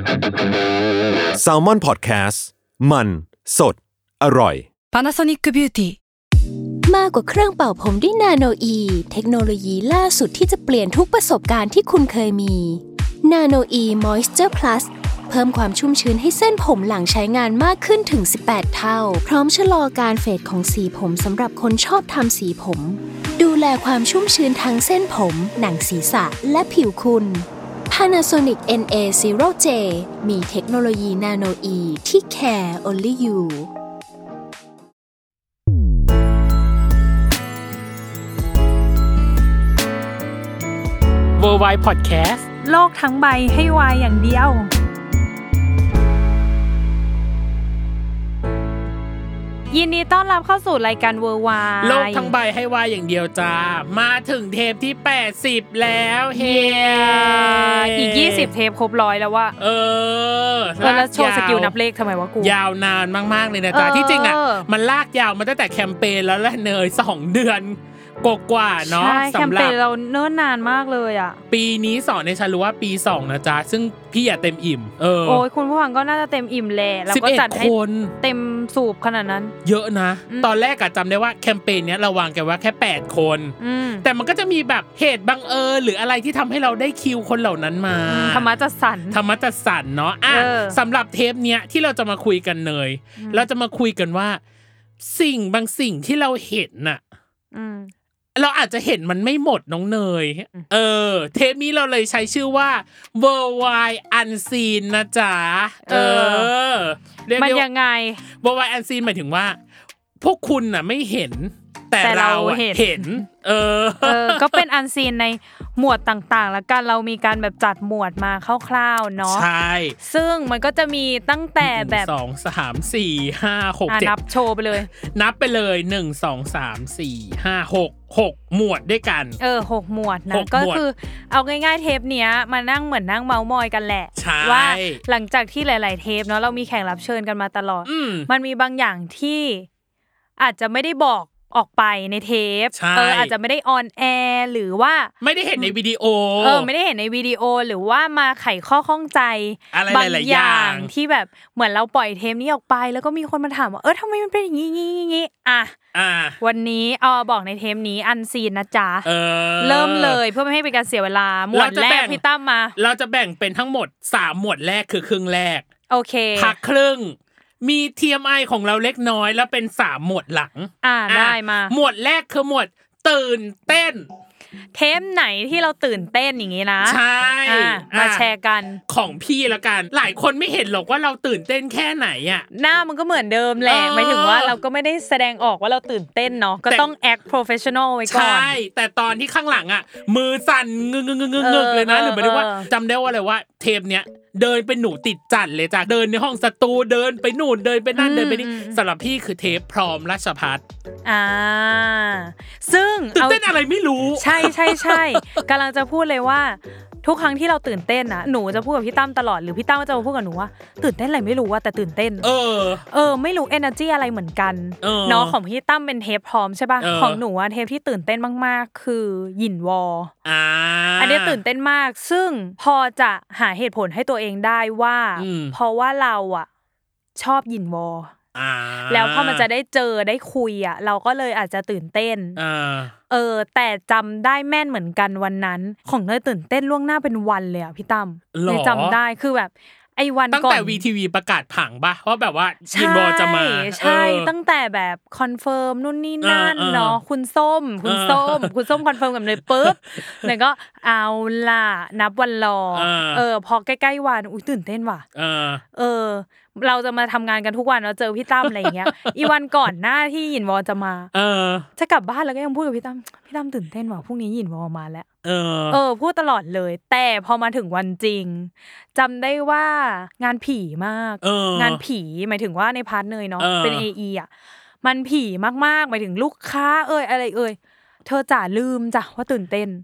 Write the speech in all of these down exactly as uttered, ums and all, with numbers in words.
Salmon Podcast มันสดอร่อย Panasonic Beauty มากกว่าเครื่องเป่าผมด้วยนาโนอีเทคโนโลยีล่าสุดที่จะเปลี่ยนทุกประสบการณ์ที่คุณเคยมีนาโนอีมอยส์เจอร์พลัสเพิ่มความชุ่มชื้นให้เส้นผมหลังใช้งานมากขึ้นถึงสิบแปดเท่าพร้อมชะลอการเฟดของสีผมสำหรับคนชอบทำสีผมดูแลความชุ่มชื้นทั้งเส้นผมหนังศีรษะและผิวคุณ Panasonic เอ็น เอ ศูนย์ เจ มีเทคโนโลยีนาโนอีที่ care only you Worldwide Podcast โลกทั้งใบให้วายอย่างเดียวยินดีต้อนรับเข้าสู่รายการ Worldwide โลกทั้งใบให้วายอย่างเดียวจ้ามาถึงเทปที่แปดสิบแล้วเฮียอีกยี่สิบเทปครบร้อยแล้วว่าเออแล้วโชว์สกิลนับเลขทำไมวะกูยาวนานมากๆเลยนะจ๊ะที่จริงอ่ะมันลากยาวมาตั้งแต่แคมเปญแล้วแหละเนยสองเดือนกว่าๆเนาะสำหรับแคมเปญเราเนิ่นนานมากเลยอ่ะปีนี้สอนในฉันรู้ว่าปีสองนะจ๊ะซึ่งพี่อ่ะเต็มอิ่มเออโอ้ยคุณผู้ฟังก็น่าจะเต็มอิ่มแหละแล้วก็จัดให้เต็มสูบขนาดนั้นเยอะนะตอนแรกอะจำได้ว่าแคมเปญเนี้ยเราวางกันว่าแค่แปดคนแต่มันก็จะมีแบบเหตุบังเอิญหรืออะไรที่ทำให้เราได้คิวคนเหล่านั้นมาธรรมะจัดสรรธรรมะจัดสรรเนาะอ่ะสำหรับเทปเนี้ยที่เราจะมาคุยกันเนยเราจะมาคุยกันว่าสิ่งบางสิ่งที่เราเห็นน่ะเราอาจจะเห็นมันไม่หมดน้องเนยเออเทปนี้เราเลยใช้ชื่อว่า Worldwide Unseen นะจ๊ะเออมันยังไง Worldwide Unseen หมายถึงว่าพวกคุณน่ะไม่เห็นแต่เราเห็นเออเออก็เป็น Unseen ในหมวดต่างๆแล้วกันเรามีการแบบจัดหมวดมาคร่าวๆเนาะใช่ซึ่งมันก็จะมีตั้งแต่แบบสอง สาม สี่ ห้า หก เจ็ดนับโชว์ไปเลยนับไปเลยหนึ่ง สอง สาม สี่ ห้า หก หกหมวดด้วยกันเออหกหมวดนะก็คือเอาง่ายๆเทปเนี้ยมานั่งเหมือนนั่งเมามอยกันแหละว่าหลังจากที่หลายๆเทปเนาะเรามีแขกรับเชิญกันมาตลอดมันมีบางอย่างที่อาจจะไม่ได้บอกออกไปในเทปเอออาจจะไม่ได้ออนแอร์หรือว่าไม่ได้เห็นในวิดีโอเออไม่ได้เห็นในวิดีโอหรือว่ามาไขข้อข้องใจบางอย่างที่แบบเหมือนเราปล่อยเทปนี้ออกไปแล้วก็มีคนมาถามว่าเออทำไมมันเป็นอย่างงี้งี้อ่ะวันนี้เอาบอกในเทปนี้อันซีนนะจ๊ะเริ่มเลยเพื่อไม่ให้เป็นการเสียเวลาหมวดแรกพี่ตั้มมาเราจะแบ่งเป็นทั้งหมดสามหมวดแรกคือครึ่งแรกโอเคพักครึ่งมี ที เอ็ม ไอ ของเราเล็กน้อยแล้วเป็นสามหมวดหลังอ่าได้มาหมวดแรกคือหมวดตื่นเต้นเทปไหนที่เราตื่นเต้นอย่างงี้นะใช่มาแชร์กันของพี่ละกันหลายคนไม่เห็นหรอกว่าเราตื่นเต้นแค่ไหนอ่ะหน้ามันก็เหมือนเดิมแหละหมายถึงว่าเราก็ไม่ได้แสดงออกว่าเราตื่นเต้นเนาะก็ต้อง act professional ไว้ก่อนใช่แต่ตอนที่ข้างหลังอ่ะมือสั่นงึกๆๆๆเลยนะหรือหมายถึงว่าจำได้ว่าอะไรว่าเทปเนี้ยเดินเป็นหนูติดจัดเลยจ้ะเดินในห้องสตูเดินไปนู่นเดินไปนั่นเดินไปนี่สำหรับพี่คือเทปพร้อมราชภัฏอ่าซึ่งตื่นเต้นอะไรไม่รู้ใช่ใช่ใช่กำลังจะพูดเลยว่าทุกครั้งที่เราตื่นเต้นนะหนูจะพูดกับพี่ตั้มตลอดหรือพี่ตั้มจะมาพูดกับหนูว่าตื่นเต้นอะไรไม่รู้ว่าแต่ตื่นเต้นเออเออไม่รู้ energy อะไรเหมือนกันเนาะของพี่ตั้มเป็นเทปพร้อมใช่ป่ะของหนูอะเทปที่ตื่นเต้นมากๆคือหยินวออ่าอันนี้ตื่นเต้นมากซึ่งพอจะหาเหตุผลให้ตัวเองได้ว่าเพราะว่าเราอะชอบหยินวอแล้วพอมันจะได้เจอได้คุยอ่ะเราก็เลยอาจจะตื่นเต้นเออแต่จำได้แม่นเหมือนกันวันนั้นของเนยตื่นเต้นล่วงหน้าเป็นวันเลยอ่ะพี่ตั้มเลยจำได้คือแบบไอ้วันก่อนตั้งแต่ วี ที วี ประกาศผังป่ะว่าแบบว่ายินบอจะมาใช่ตั้งแต่แบบคอนเฟิร์มนู่นนี่นั่นเนาะคุณส้มคุณส้มคุณส้มคอนเฟิร์มกับเนยปุ๊บเนยก็เอาล่ะนับวันรอเออพอใกล้ๆวันอุ๊ยตื่นเต้นว่ะเออเราจะมาทำงานกันทุกวันเราเจอพี่ตั้มอะไรอย่างเงี้ยอีวันก่อนหน้าที่หยินวอจะมาเออจะกลับบ้านแล้วก็ยังพูดกับพี่ตั้มพี่ตั้มตื่นเต้นว่ะพรุ่งนี้หยินวอมาแล้วเออเออพูดตลอดเลยแต่พอมาถึงวันจริงจำได้ว่างานผีมากงานผีหมายถึงว่าในพาร์ทเนยเนาะเป็น เอ อี อ่ะมันผีมากๆหมายถึงลูกค้าเอ้ยอะไรเอ้ยเธอจ๋าลืมจ้ะว่าตื่นเต้น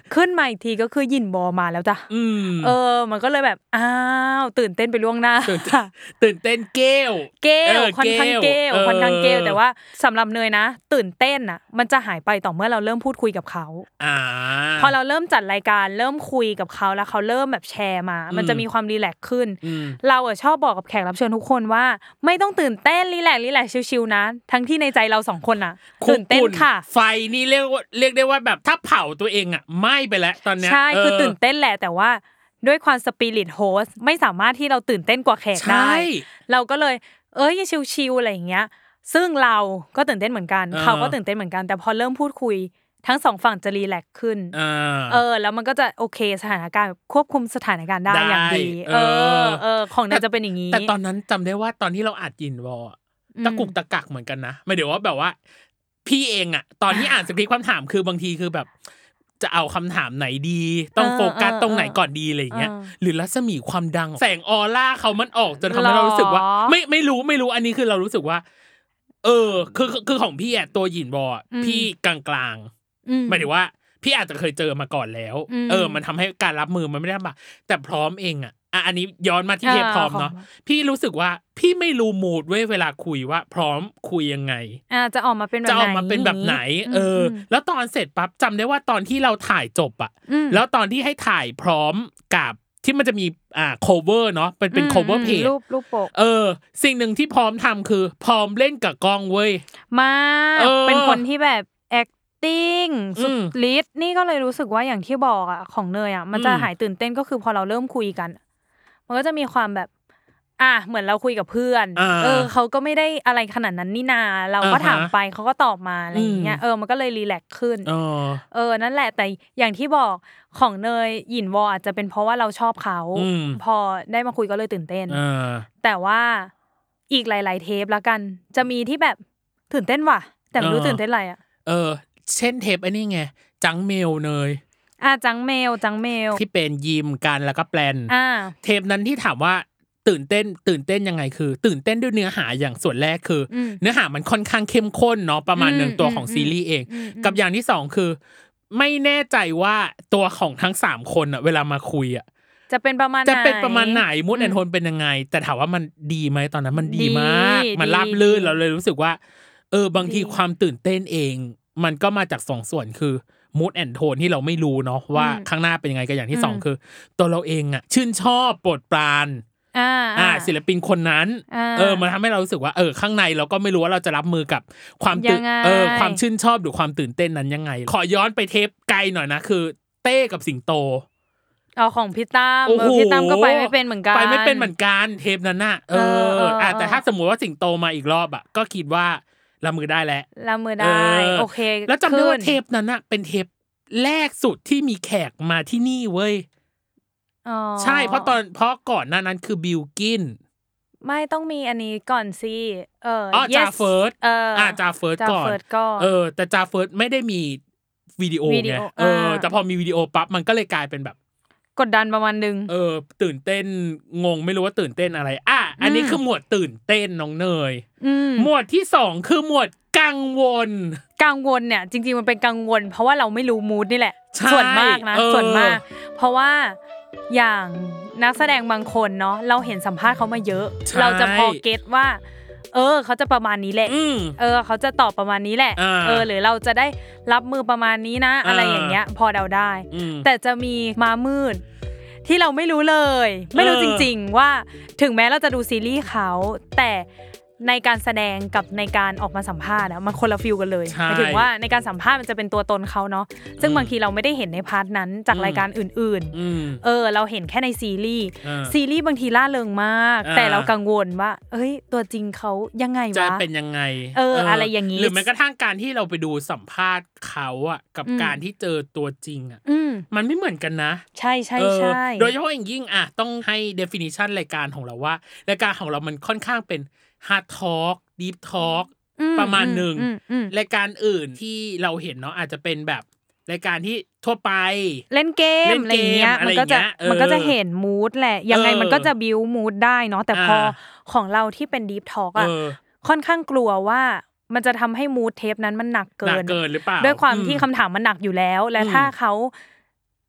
ขึ้นมาอีกทีก็คือยินบอมาแล้วจ้ะเออมันก็เลยแบบอ้าวตื่นเต้นไปล่วงหน้าตื่นเต้นเกลเกลค่อนข้างเกลค่อนข้างเกลแต่ว่าสำหรับเนยนะตื่นเต้นอ่ะมันจะหายไปต่อเมื่อเราเริ่มพูดคุยกับเขาพอเราเริ่มจัดรายการเริ่มคุยกับเขาแล้วเขาเริ่มแบบแชร์มามันจะมีความรีแลกซ์ขึ้นเราอ่ะชอบบอกกับแขกรับเชิญทุกคนว่าไม่ต้องตื่นเต้นรีแลกซ์รีแลกซ์ชิลๆนะทั้งที่ในใจเราสองคนน่ะตื่นเต้นค่ะไฟนี่เรียกว่าเรียกได้ว่าแบบถ้าเผาตัวเองอ่ะไหม้ไปแล้วตอนเนี้ยใช่คือตื่นเต้นแหละแต่ว่าด้วยความสปิริตโฮสไม่สามารถที่เราตื่นเต้นกว่าแขกได้เราก็เลยเอ้ยชิลๆอะไรอย่างเงี้ยซึ่งเราก็ตื่นเต้นเหมือนกันเขาก็ตื่นเต้นเหมือนกันแต่พอเริ่มพูดคุยทั้งสองฝั่งจะรีแลกซ์ขึ้นเออแล้วมันก็จะโอเคสถานการณ์ควบคุมสถานการณ์ได้อย่างดีเออเออของเนี่ยจะเป็นอย่างนี้แต่ตอนนั้นจำได้ว่าตอนที่เราอัดยินวอตะกุกตะกักเหมือนกันนะไม่เดี๋ยวว่าแบบว่าพี่เองอ่ะตอนที่อ่านสคริปต์คำถามคือบางทีคือแบบจะเอาคำถามไหนดีต้องโฟกัสตรงไหนก่อนดีอะไรอย่างเงี้ยหรือรัศมีความดังแสงออร่าเขามันออกจนทำให้เรารู้สึกว่าไม่ไม่รู้ไม่รู้อันนี้คือเรารู้สึกว่าเออคือคือของพี่อ่ะตัวหยินบอพี่กลางๆหมายถึงว่าพี่อาจจะเคยเจอมาก่อนแล้วเออมันทำให้การรับมือมันไม่ได้ลำบากแต่พร้อมเองอ่ะอ่ะอันนี้ย้อนมาที่เทปพร้อมเนาะพี่รู้สึกว่าพี่ไม่รู้มูดเว้ยเวลาคุยว่าพร้อมคุยยังไงอ่าจะออกมาเป็นแบบไหนจะออกมาเป็นแบบไหนเออแล้วตอนเสร็จปั๊บจำได้ว่าตอนที่เราถ่ายจบอ่ะแล้วตอนที่ให้ถ่ายพร้อมกับที่มันจะมีอ่า cover เนาะเป็นเป็น cover page รูปรูปปกเออสิ่งหนึ่งที่พร้อมทำคือพร้อมเล่นกับกล้องเว้ยมาเป็นคนที่แบบติ้งสุดฤทธิ์นี่ก็เลยรู้สึกว่าอย่างที่บอกอ่ะของเนยอ่ะมันจะหายตื่นเต้นก็คือพอเราเริ่มคุยกันมันก็จะมีความแบบอ่ะเหมือนเราคุยกับเพื่อนเออเขาก็ไม่ได้อะไรขนาดนั้นนี่นาเราก็ถามไปเขาก็ตอบมาอะไรอย่างเงี้ยเออมันก็เลยรีแลกซ์ขึ้นเออนั่นแหละแต่อย่างที่บอกของเนยหยินวออาจจะเป็นเพราะว่าเราชอบเขาพอได้มาคุยก็เลยตื่นเต้นแต่ว่าอีกหลายๆเทปแล้วกันจะมีที่แบบตื่นเต้นว่ะแต่ไม่รู้ตื่นเต้นอะไรอ่ะเออเช่นเทปไอ้นี่ไงจังเมลเนยอ่ะจังเมลจังเมลที่เป็นยิมกันแล้วก็แปลนอ่าเทปนั้นที่ถามว่าตื่นเต้นตื่นเต้นยังไงคือตื่นเต้นด้วยเนื้อหาอย่างส่วนแรกคือเนื้อหามันค่อนข้างเข้มข้นเนาะประมาณนึงตัวของซีรีส์เองกับอย่างที่สองคือไม่แน่ใจว่าตัวของทั้งสามคนอ่ะเวลามาคุยอ่ะจะเป็นประมาณไหนจะเป็นประมาณไหนมูดแอนด์โทนเป็นยังไงแต่ถามว่ามันดีไหมตอนนั้นมันดีมากมันราบรื่นเราเลยรู้สึกว่าเออบางทีความตื่นเต้นเองมันก็มาจากสองส่วนคือมูดแอนด์โทนที่เราไม่รู้เนาะว่าข้างหน้าเป็นยังไงกับอย่างที่สองคือตัวเราเองอ่ะชื่นชอบโปรดปรานอ่าอ่าศิลปินคนนั้นเออมันทำให้เรารู้สึกว่าเออข้างในเราก็ไม่รู้ว่าเราจะรับมือกับความตื่นเออความชื่นชอบหรือความตื่นเต้นนั้นยังไงขอย้อนไปเทปไกลหน่อยนะคือเต้กับสิงโตอ๋อของพี่ตั้มพี่ตั้มก็ไปไม่เป็นเหมือนกันไปไม่เป็นเหมือนกันเทปนั้นน่ะเอออ่ะแต่ถ้าสมมุติว่าสิงโตมาอีกรอบอ่ะก็คิดว่ารับมือได้แหละรับมือได้โอเคแล้วจำได้ว่าเทปนั้นน่ะเป็นเทปแรกสุดที่มีแขกมาที่นี่เว้ยอ๋อใช่เพราะตอนเพราะก่อนหน้านั้นคือบิลกินไม่ต้องมีอันนี้ก่อนสิเอออ๋อจาเฟิร์สเอออ่าจาเฟิร์สก่อนเออแต่จาเฟิร์สไม่ได้มีวิดีโอไงเออแต่พอมีวิดีโอปั๊บมันก็เลยกลายเป็นแบบกดดันประมาณนึงเออตื่นเต้นงงไม่รู้ว่าตื่นเต้นอะไรอ่ะอันนี้คือหมวดตื่นเต้นน้องเนยหมวดที่สองคือหมวดกังวลกังวลเนี่ยจริงๆมันเป็นกังวลเพราะว่าเราไม่รู้มูดนี่แหละส่วนมากนะส่วนมากเพราะว่าอย่างนักแสดงบางคนเนาะเราเห็นสัมภาษณ์เขามาเยอะเราจะพอเก็ทว่าเออเขาจะประมาณนี้แหละเออเขาจะตอบประมาณนี้แหละเออหรือเราจะได้รับมือประมาณนี้นะอะไรอย่างเงี้ยพอเดาได้แต่จะมีมามืดที่เราไม่รู้เลยไม่รู้จริงๆว่าถึงแม้เราจะดูซีรีส์เขาแต่ในการแสดงกับในการออกมาสัมภาษณ์อะมันคนละฟีลกันเลยหมายถึงว่าในการสัมภาษณ์มันจะเป็นตัวตนเขาเนาะซึ่งบางทีเราไม่ได้เห็นในพาร์ทนั้นจากรายการอื่นๆเออเราเห็นแค่ในซีรีส์ซีรีส์บางทีล่าเริงมากแต่เรากังวลว่าเอ้ยตัวจริงเขายังไงวะจะเป็นยังไงเอออะไรอย่างงี้หรือแม้กระทั่งการที่เราไปดูสัมภาษณ์เขาอะกับการที่เจอตัวจริงอะมันไม่เหมือนกันนะใช่ใช่ใช่โดยเฉพาะอย่างยิ่งอะต้องให้ definition รายการของเราว่ารายการของเรามันค่อนข้างเป็นhard talk deep talk ประมาณหนึ่งรายการอื่นที่เราเห็นเนาะอาจจะเป็นแบบรายการที่ทั่วไปเล่นเกมอะไรเงี้ยมันก็จะมันก็จะเห็นมูดแหละยังไงมันก็จะบิวมูดได้เนาะแต่พอของเราที่เป็น deep talk อ่ะค่อนข้างกลัวว่ามันจะทำให้มูดเทปนั้นมันหนักเกินเกินหรือเปล่าด้วยความที่คำถามมันหนักอยู่แล้วและถ้าเขา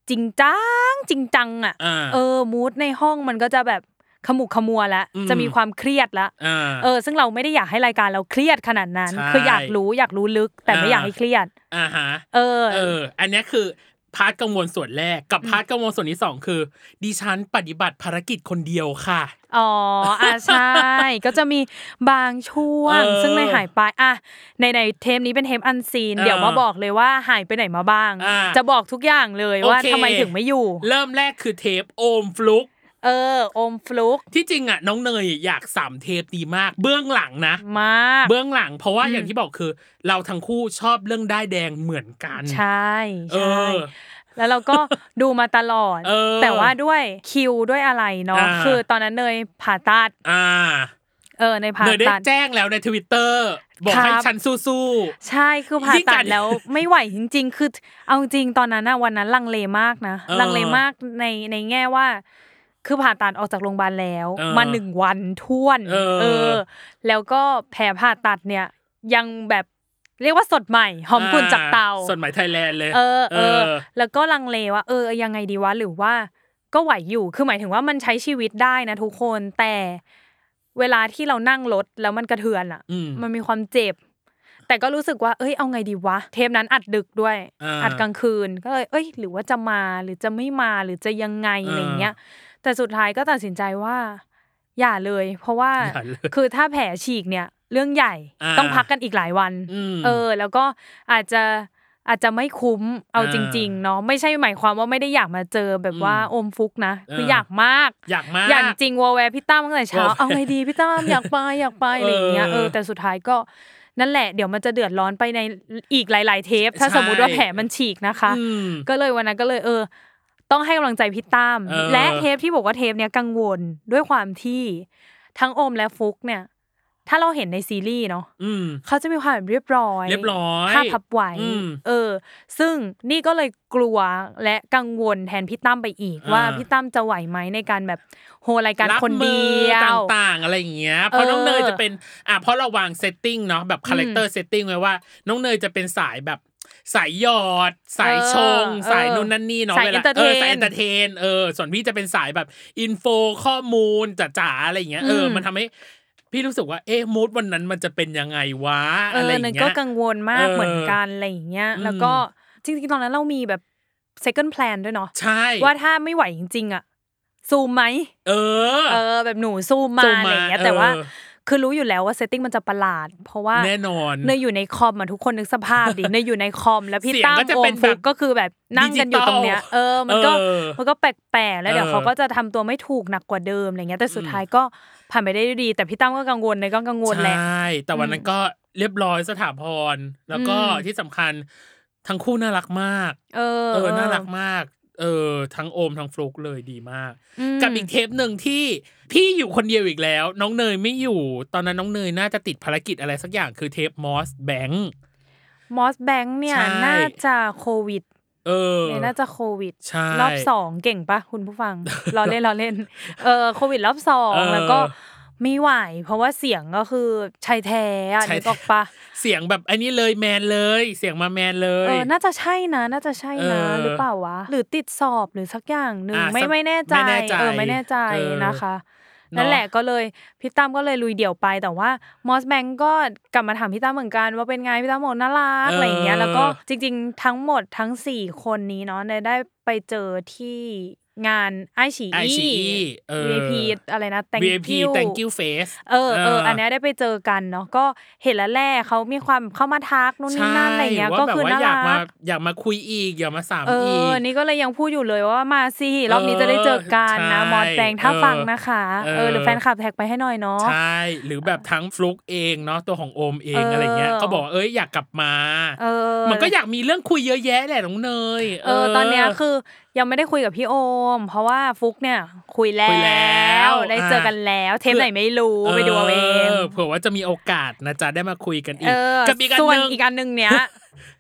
จริงจังจริงจังอ่ะเออมูดในห้องมันก็จะแบบขมุกขมัวแล้วจะมีความเครียดแล้วเออซึ่งเราไม่ได้อยากให้รายการเราเครียดขนาดนั้นคืออยากรู้อยากรู้ลึกแต่ไม่อยากให้เครียดอ่าฮะเออเอออันนี้คือพาร์ทกังวลส่วนแรกกับพาร์ทกังวลส่วนที่สองคือดิฉันปฏิบัติภารกิจคนเดียวค่ะอ๋ออ่ะใช่ก็จะมีบางช่วงซึ่งไม่หายไปอ่ะในในเทปนี้เป็นเทปอันซีนเดี๋ยวมาบอกเลยว่าหายไปไหนมาบ้างจะบอกทุกอย่างเลยว่าทำไมถึงไม่อยู่เริ่มแรกคือเทปโอมฟลุกเออโอมฟลุกที่จริงอ่ะน้องเนยอยากสามเทปดีมากเบื้องหลังนะมากเบื้องหลังเพราะว่าอย่างที่บอกคือเราทั้งคู่ชอบเรื่องด้ายแดงเหมือนกันใช่ใช่แล้วเราก็ดูมาตลอดแต่ว่าด้วยคิวด้วยอะไรเนาะคือตอนนั้นเนยผ่าตัดอ่าเออในผ่าตัดเนยได้แจ้งแล้วใน Twitter บอกให้ฉันสู้ๆใช่คือผ่าตัดแล้วไม่ไหวจริงๆคือเอาจริงตอนนั้นน่ะวันนั้นลังเลมากนะลังเลมากในในแง่ว่าคือผ่าตัดออกจากโรงพยาบาลแล้วมาหนึ่งวันท้วนเออแล้วก็แผลผ่าตัดเนี่ยยังแบบเรียกว่าสดใหม่หอมกลุ่นจากเตาสดใหม่ไทยแลนด์เลยเออเออแล้วก็ลังเลว่าเออยังไงดีวะหรือว่าก็ไหวอยู่คือหมายถึงว่ามันใช้ชีวิตได้นะทุกคนแต่เวลาที่เรานั่งรถแล้วมันกระเทือนอ่ะมันมีความเจ็บแต่ก็รู้สึกว่าเอ้ยเอาไงดีวะเทปนั้นอัดดึกด้วยอัดกลางคืนก็เลยเอ้ยหรือว่าจะมาหรือจะไม่มาหรือจะยังไงอะไรเงี้ยแต่สุดท้ายก็ตัดสินใจว่าอย่าเลยเพราะว่าคือถ้าแผลฉีกเนี่ยเรื่องใหญ่ต้องพักกันอีกหลายวันเออแล้วก็อาจจะอาจจะไม่คุ้มเอาจริงๆเนาะไม่ใช่หมายความว่าไม่ได้อยากมาเจอแบบว่าอมฟุกนะคืออยากมากอยากมากอย่างจริงวอลแวร์พี่ตั้มตั้งแต่เช้าเอาไงดีพี่ตั้มอยากไปอยากไปอะไรอย่างเงี้ยเออแต่สุดท้ายก็นั่นแหละเดี๋ยวมันจะเดือดร้อนไปในอีกหลายๆเทปถ้าสมมุติว่าแผลมันฉีกนะคะก็เลยวันนั้นก็เลยเออต้องให้กำลังใจพี่ตั้มและเทปที่บอกว่าเทปเนี้ยกังวลด้วยความที่ทั้งโอมและฟุกเนี่ยถ้าเราเห็นในซีรีส์เนาะเขาจะมีความแบบเรียบร้อยเรียบร้อยภาพพับไหวเออซึ่งนี่ก็เลยกลัวและกังวลแทนพี่ตั้มไปอีกว่าพี่ตั้มจะไหวไหมในการแบบโฮรายการคนเดียวต่างๆอะไรอย่างเงี้ยเพราะน้องเนยจะเป็นอ่ะเพราะเราวางเซตติ้งเนาะแบบคาแรคเตอร์เซตติ้งไว้ว่าน้องเนยจะเป็นสายแบบสายหยอดสายชงสายนู่นนั่นนี่เนาะเวลาเออสายเอนเตอร์เทนเออส่วนพี่จะเป็นสายแบบอินโฟข้อมูลจ๋าๆอะไรอย่างเงี้ยเออมันทำให้พี่รู้สึกว่าเอ๊ะมูดวันนั้นมันจะเป็นยังไงวะอะไรอย่างเงี้ยเออก็กังวลมากเหมือนกันอะไรอย่างเงี้ยแล้วก็จริงๆตอนนั้นเรามีแบบ second plan ด้วยเนาะใช่ว่าถ้าไม่ไหวจริงๆอ่ะซูมไหมเออเออแบบหนูซูมมาอะไรอย่างเงี้ยแต่ว่าคือรู้อยู่แล้วว่าเซตติ้งมันจะประหลาดเพราะว่าแน่นอนเนยอยู่ในคอมอ่ะทุกคนนึกสภาพดิเนยอยู่ในคอมแล้วพี่ตั้มโอมฟุกก็คือแบบนั่งกันอยู่ตรงเนี้ยเออมันก็มันก็แปลกๆแล้วเดี๋ยวเขาก็จะทำตัวไม่ถูกหนักกว่าเดิมอะไรเงี้ยแต่สุดท้ายก็ผ่านไปได้ด้วยดีแต่พี่ตั้มก็กังวลเนยก็กังวลแหละใช่แต่วันนั้นก็เรียบร้อยสถาพรแล้วก็ที่สำคัญทั้งคู่น่ารักมากเออเออน่ารักมากเออทั้งโอมทั้งฟลุกเลยดีมากกับอีกเทปหนึ่งที่พี่อยู่คนเดียวอีกแล้วน้องเนยไม่อยู่ตอนนั้นน้องเนยน่าจะติดภารกิจอะไรสักอย่างคือเทปมอสแบงค์มอสแบงค์เนี่ยน่าจะโควิดเออน่าจะโควิดรอบสองเก่งปะคุณผู้ฟังรอเล่นรอเล่นเออโควิดรอบสองแล้วก็ไม่ไหวเพราะว่าเสียงก็คือชายแท้อ่ะนึกออกปะเสียงแบบอันนี้เลยแมนเลยเสียงมาแมนเลยเออน่าจะใช่นะน่าจะใช่นะหรือเปล่าวะหรือติดสอบหรือสักอย่างนึงไม่ไม่แน่ใจเออไม่แน่ใจนะคะนั่นแหละก็เลยพี่ตั้มก็เลยลุยเดี่ยวไปแต่ว่ามอสแบงก์ก็กลับมาถามพี่ตั้มเหมือนกันว่าเป็นไงพี่ตั้มบอกน่ารักอะไรอย่างเงี้ยแล้วก็จริงๆทั้งหมดทั้งสี่คนนี้เนาะได้ไปเจอที่งานไอฉีอี วี ไอ พี อะไรนะ thank you thank you face เออเอออันนี้ได้ไปเจอกันเนาะก็เห็นแล้วแหละเขามีความเข้ามาทักนู่นนี่นั่นอะไรเงี้ยก็คือน่ารักอยากมาอยากมาคุยอีกอยากมาสามอีกเออนี่ก็เลยยังพูดอยู่เลยว่ามาสิรอบนี้จะได้เจอกันนะมอสแบงถ้าฟังนะคะเออหรือแฟนคลับแท็กไปให้หน่อยเนาะใช่หรือแบบทั้งฟลุกเองเนาะตัวของโอมเองอะไรเงี้ยก็บอกเอ้ยอยากกลับมาเออมันก็อยากมีเรื่องคุยเยอะแยะแหละน้องเนยเออตอนเนี้ยคือยังไม่ได้คุยกับพี่โอมเพราะว่าฟุกเนี่ยคุยแล้วได้เจอกันแล้วเทปไหนไม่รู้ไปดูเอาเองเผื่อว่าจะมีโอกาสนะจ๊ะได้มาคุยกันอีกกับอีกอันนึงส่วนอีกอันนึงเนี้ย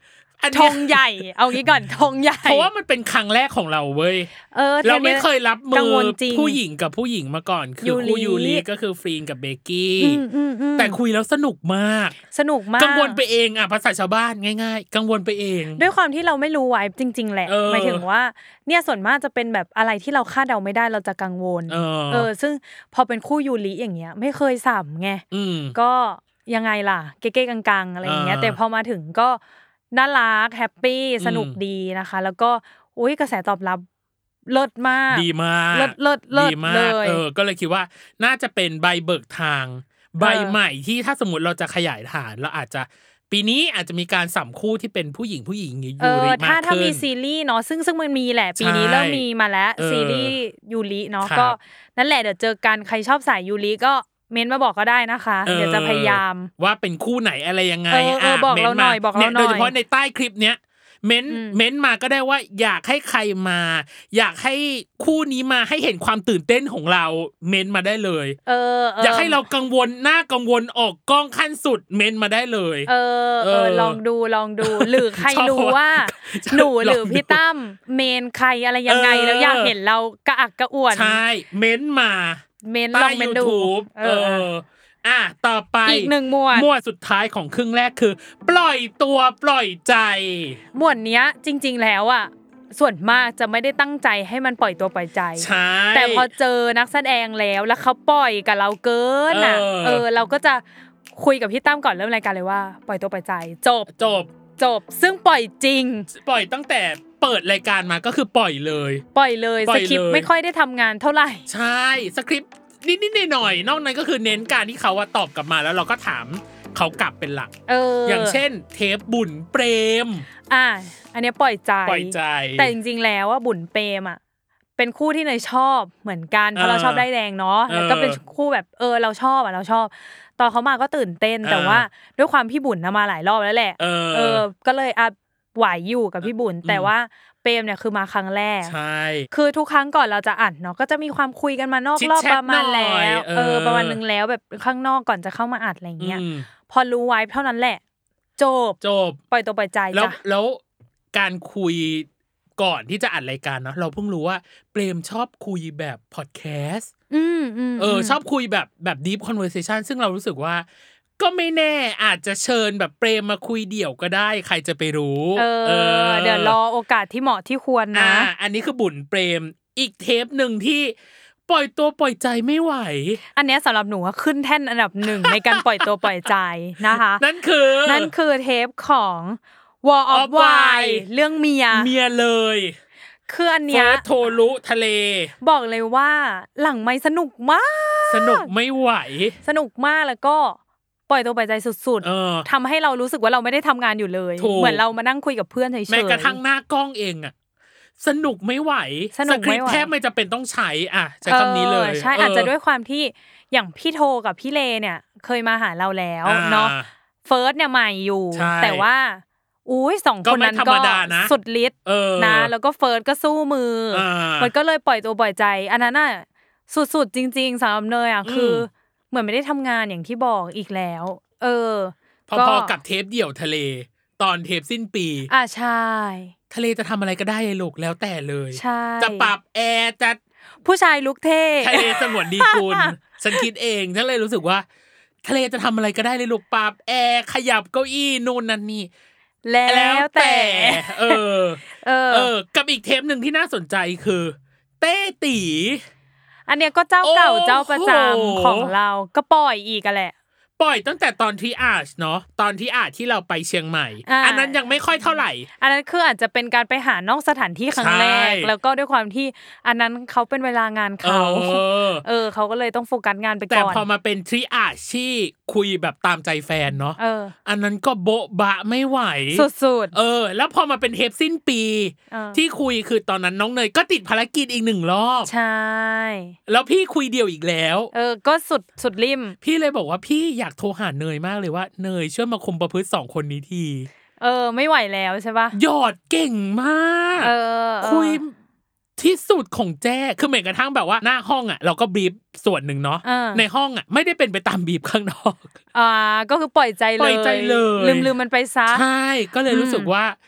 ธงใหญ่เอางี้ก่อนธงใหญ่เพราะว่ามันเป็นครั้งแรกของเราเว้ยเออเราไม่เคยรับมือผู้หญิงกับผู้หญิงมาก่อนคือคู่ยูริก็คือฟรีนกับเบกกี้แต่คุยแล้วสนุกมากสนุกมากกังวลไปเองอ่ะภาษาชาวบ้านง่ายๆกังวลไปเองด้วยความที่เราไม่รู้ไว้จริงๆแหละหมายถึงว่าเนี่ยส่วนมากจะเป็นแบบอะไรที่เราคาดเดาไม่ได้เราจะกังวลเออซึ่งพอเป็นคู่ยูริอย่างเงี้ยไม่เคยสัมไงก็ยังไงล่ะเก๊ๆกังๆอะไรอย่างเงี้ยแต่พอมาถึงก็น่ารักแฮปปี้สนุกดีนะคะแล้วก็อุ้ยกระแสตอบรับเลิศมากดีมากเลิศเลิศเลิศเลยเออก็เลยคิดว่าน่าจะเป็นใบเบิกทางใบใหม่ที่ถ้าสมมติเราจะขยายฐานเราอาจจะปีนี้อาจจะมีการสัมคู่ที่เป็นผู้หญิงผู้หญิงยูริมากขึ้นถ้าถ้ามีซีรีส์เนาะซึ่งซึ่งมันมีแหละปีนี้เริ่มมีมาแล้วซีรีส์ยูริเนาะก็นั่นแหละเดี๋ยวเจอกันใครชอบสายยูริก็เมนมาบอกก็ได้นะคะเดี๋ยวจะพยายามว่าเป็นคู่ไหนอะไรยังไงอ่ะบอกเราหน่อยบอกเราหน่อยโดยเฉพาะในใต้คลิปเนี้ยเม้นเม้นมาก็ได้ว่าอยากให้ใครมาอยากให้คู่นี้มาให้เห็นความตื่นเต้นของเราเม้นมาได้เลยเอออยากให้เรากังวลหน้ากังวลออกกล้องขั้นสุดเม้นมาได้เลยเออเออลองดูลองดูหรือใครรู้ว่าหนูหรือพี่ตั้มเมนใครอะไรยังไงแล้วอยากเห็นเรากระอักกระอ่วนใช่เม้นมาเมนลองเมนดูเอออ่ะต่อไปอีกหนึ่งหมวดหมวดสุดท้ายของครึ่งแรกคือปล่อยตัวปล่อยใจหมวดเนี้ยจริงๆแล้วอ่ะส่วนมากจะไม่ได้ตั้งใจให้มันปล่อยตัวปล่อยใจใช่แต่พอเจอนักแสดงแล้วแล้วเขาปล่อยกับเราเกินอ่ะเออเราก็จะคุยกับพี่ตั้มก่อนเริ่มรายการเลยว่าปล่อยตัวปล่อยใจจบจบจบซึ่งปล่อยจริงปล่อยตั้งแต่เปิดรายการมาก็คือปล่อยเลยปล่อยเลยสคริปต์ไม่ค่อยได้ทำงานเท่าไหร่ใช่สคริปต์นิดๆหน่อยๆนอกนั้นก็คือเน้นการที่เขาว่าตอบกลับมาแล้วเราก็ถามเขากลับเป็นหลักเอออย่างเช่นเทปบุญเปรมอ่ะอันนี้ปล่อยใจปล่อยใจแต่จริงๆแล้วว่าบุญเปรมอ่ะเป็นคู่ที่เนยชอบเหมือนกันเพราะเราชอบได้แดงเนาะแล้วก็เป็นคู่แบบเออเราชอบอ่ะเราชอบตอนเขามาก็ตื่นเต้นแต่ว่าด้วยความพี่บุญมาหลายรอบแล้วแหละเออก็เลยอ่ะไหวอยู่กับพี่บุญแต่ว่าเปรมเนี่ยคือมาครั้งแรกใช่คือทุกครั้งก่อนเราจะอัดเนาะก็จะมีความคุยกันมานอกรอบประมาณแล้วเออประมาณนึงแล้วแบบข้างนอกก่อนจะเข้ามาอัดอะไรเงี้ยพอรู้ไว้เท่านั้นแหละจบจบปล่อยตัวปล่อยใจจ้ะแล้วแล้วการคุยก่อนที่จะอัดรายการเนาะเราเพิ่งรู้ว่าเปรมชอบคุยแบบพอดแคสต์เออชอบคุยแบบแบบ deep conversation ซึ่งเรารู้สึกว่าก็ไม่แน่อาจจะเชิญแบบเปรมมาคุยเดี่ยวก็ได้ใครจะไปรู้เออ เออเดี๋ยวรอโอกาสที่เหมาะที่ควรนะอ่าอันนี้คือบุญเปรมอีกเทปนึงที่ปล่อยตัวปล่อยใจไม่ไหวอันนี้สำหรับหนูว่าขึ้นแท่นอันดับหนึ่งในการปล่อยตัวปล่อยใจนะคะนั่นคือนั่นคือเทปของ War of Why เรื่องเมียเมียเลยคืออันเนี้ยโทรุทะเลบอกเลยว่าหลังไมค์สนุกมากสนุกไม่ไหวสนุกมากแล้วก็ปล่อยตัวปล่อยใจสุดๆทำให้เรารู้สึกว่าเราไม่ได้ทำงานอยู่เลยเหมือนเรามานั่งคุยกับเพื่อนเฉยๆแม้กระทั่งหน้ากล้องเองอะสนุกไม่ไหวสคริปต์แทบไม่จะเป็นต้องใช้อ่ะใช้คำนี้เลยใช่อาจจะด้วยความที่อย่างพี่โทกับพี่เลเนี่ยเคยมาหาเราแล้วเนาะเฟิร์สเนี่ยใหม่อยู่แต่ว่าอุ้ยสองคนนั้นก็สุดฤทธิ์นะแล้วก็เฟิร์สก็สู้มือมันก็เลยปล่อยตัวปล่อยใจอันนั้นน่ะสุดๆจริงๆสำหรับเนยอ่ะคือเหมือนไม่ได้ทำงานอย่างที่บอกอีกแล้วเออพอๆกับเทปเดี่ยวทะเลตอนเทปสิ้นปีอ่ะใช่ทะเลจะทำอะไรก็ได้เลยลูกแล้วแต่เลยจะปรับแอร์จะผู้ชายลุกเท่ทะเลสงวนดีกุลฉันคิดเองฉันเลยรู้สึกว่าทะเลจะทำอะไรก็ได้เลยลูกปรับแอร์ขยับเก้าอี้โน่นนั่นนี่แล้วแต่เออเออเออกับอีกเทปนึงที่น่าสนใจคือเต้ตีอันเนี้ยก็เจ้าเก่าเจ้าประจำของเราก็ปล่อยอีกอ่ะแหละปล่อยตั้งแต่ตอนที่อาชเนาะตอนที่อาชที่เราไปเชียงใหม่ อ, อันนั้นยังไม่ค่อยเท่าไหร่อันนั้นคืออาจจะเป็นการไปหานอกสถานที่ครั้งแรกแล้วก็ด้วยความที่อันนั้นเขาเป็นเวลางานเขาเออเขาก็เลยต้องโฟกัสงานไปก่อนแต่พอมาเป็นที่อาชที่คุยแบบตามใจแฟนเนาะอันนั้นก็โบ๊ะบะไม่ไหวสุดๆเออแล้วพอมาเป็นเทปสิ้นปีที่คุยคือตอนนั้นน้องเนยก็ติดภารกิจอีกหนึ่งรอบใช่แล้วพี่คุยเดี่ยวอีกแล้วเออก็สุดสุดริมพี่เลยบอกว่าพี่อยากโทรหาเนยมากเลยว่าเนยช่วยมาคุมประพฤติสองคนนี้ทีเออไม่ไหวแล้วใช่ป่ะหยอดเก่งมากเออคุยที่สุดของแจ้คือแม้กระทั่งแบบว่าหน้าห้องอ่ะเราก็บีบส่วนหนึ่งเนาะในห้องอ่ะไม่ได้เป็นไปตามบีบข้างนอกอ่าก็คือปล่อยใจเลยปล่อยใจเลยลืมๆมันไปซะใช่ก็เลยรู้สึกว่า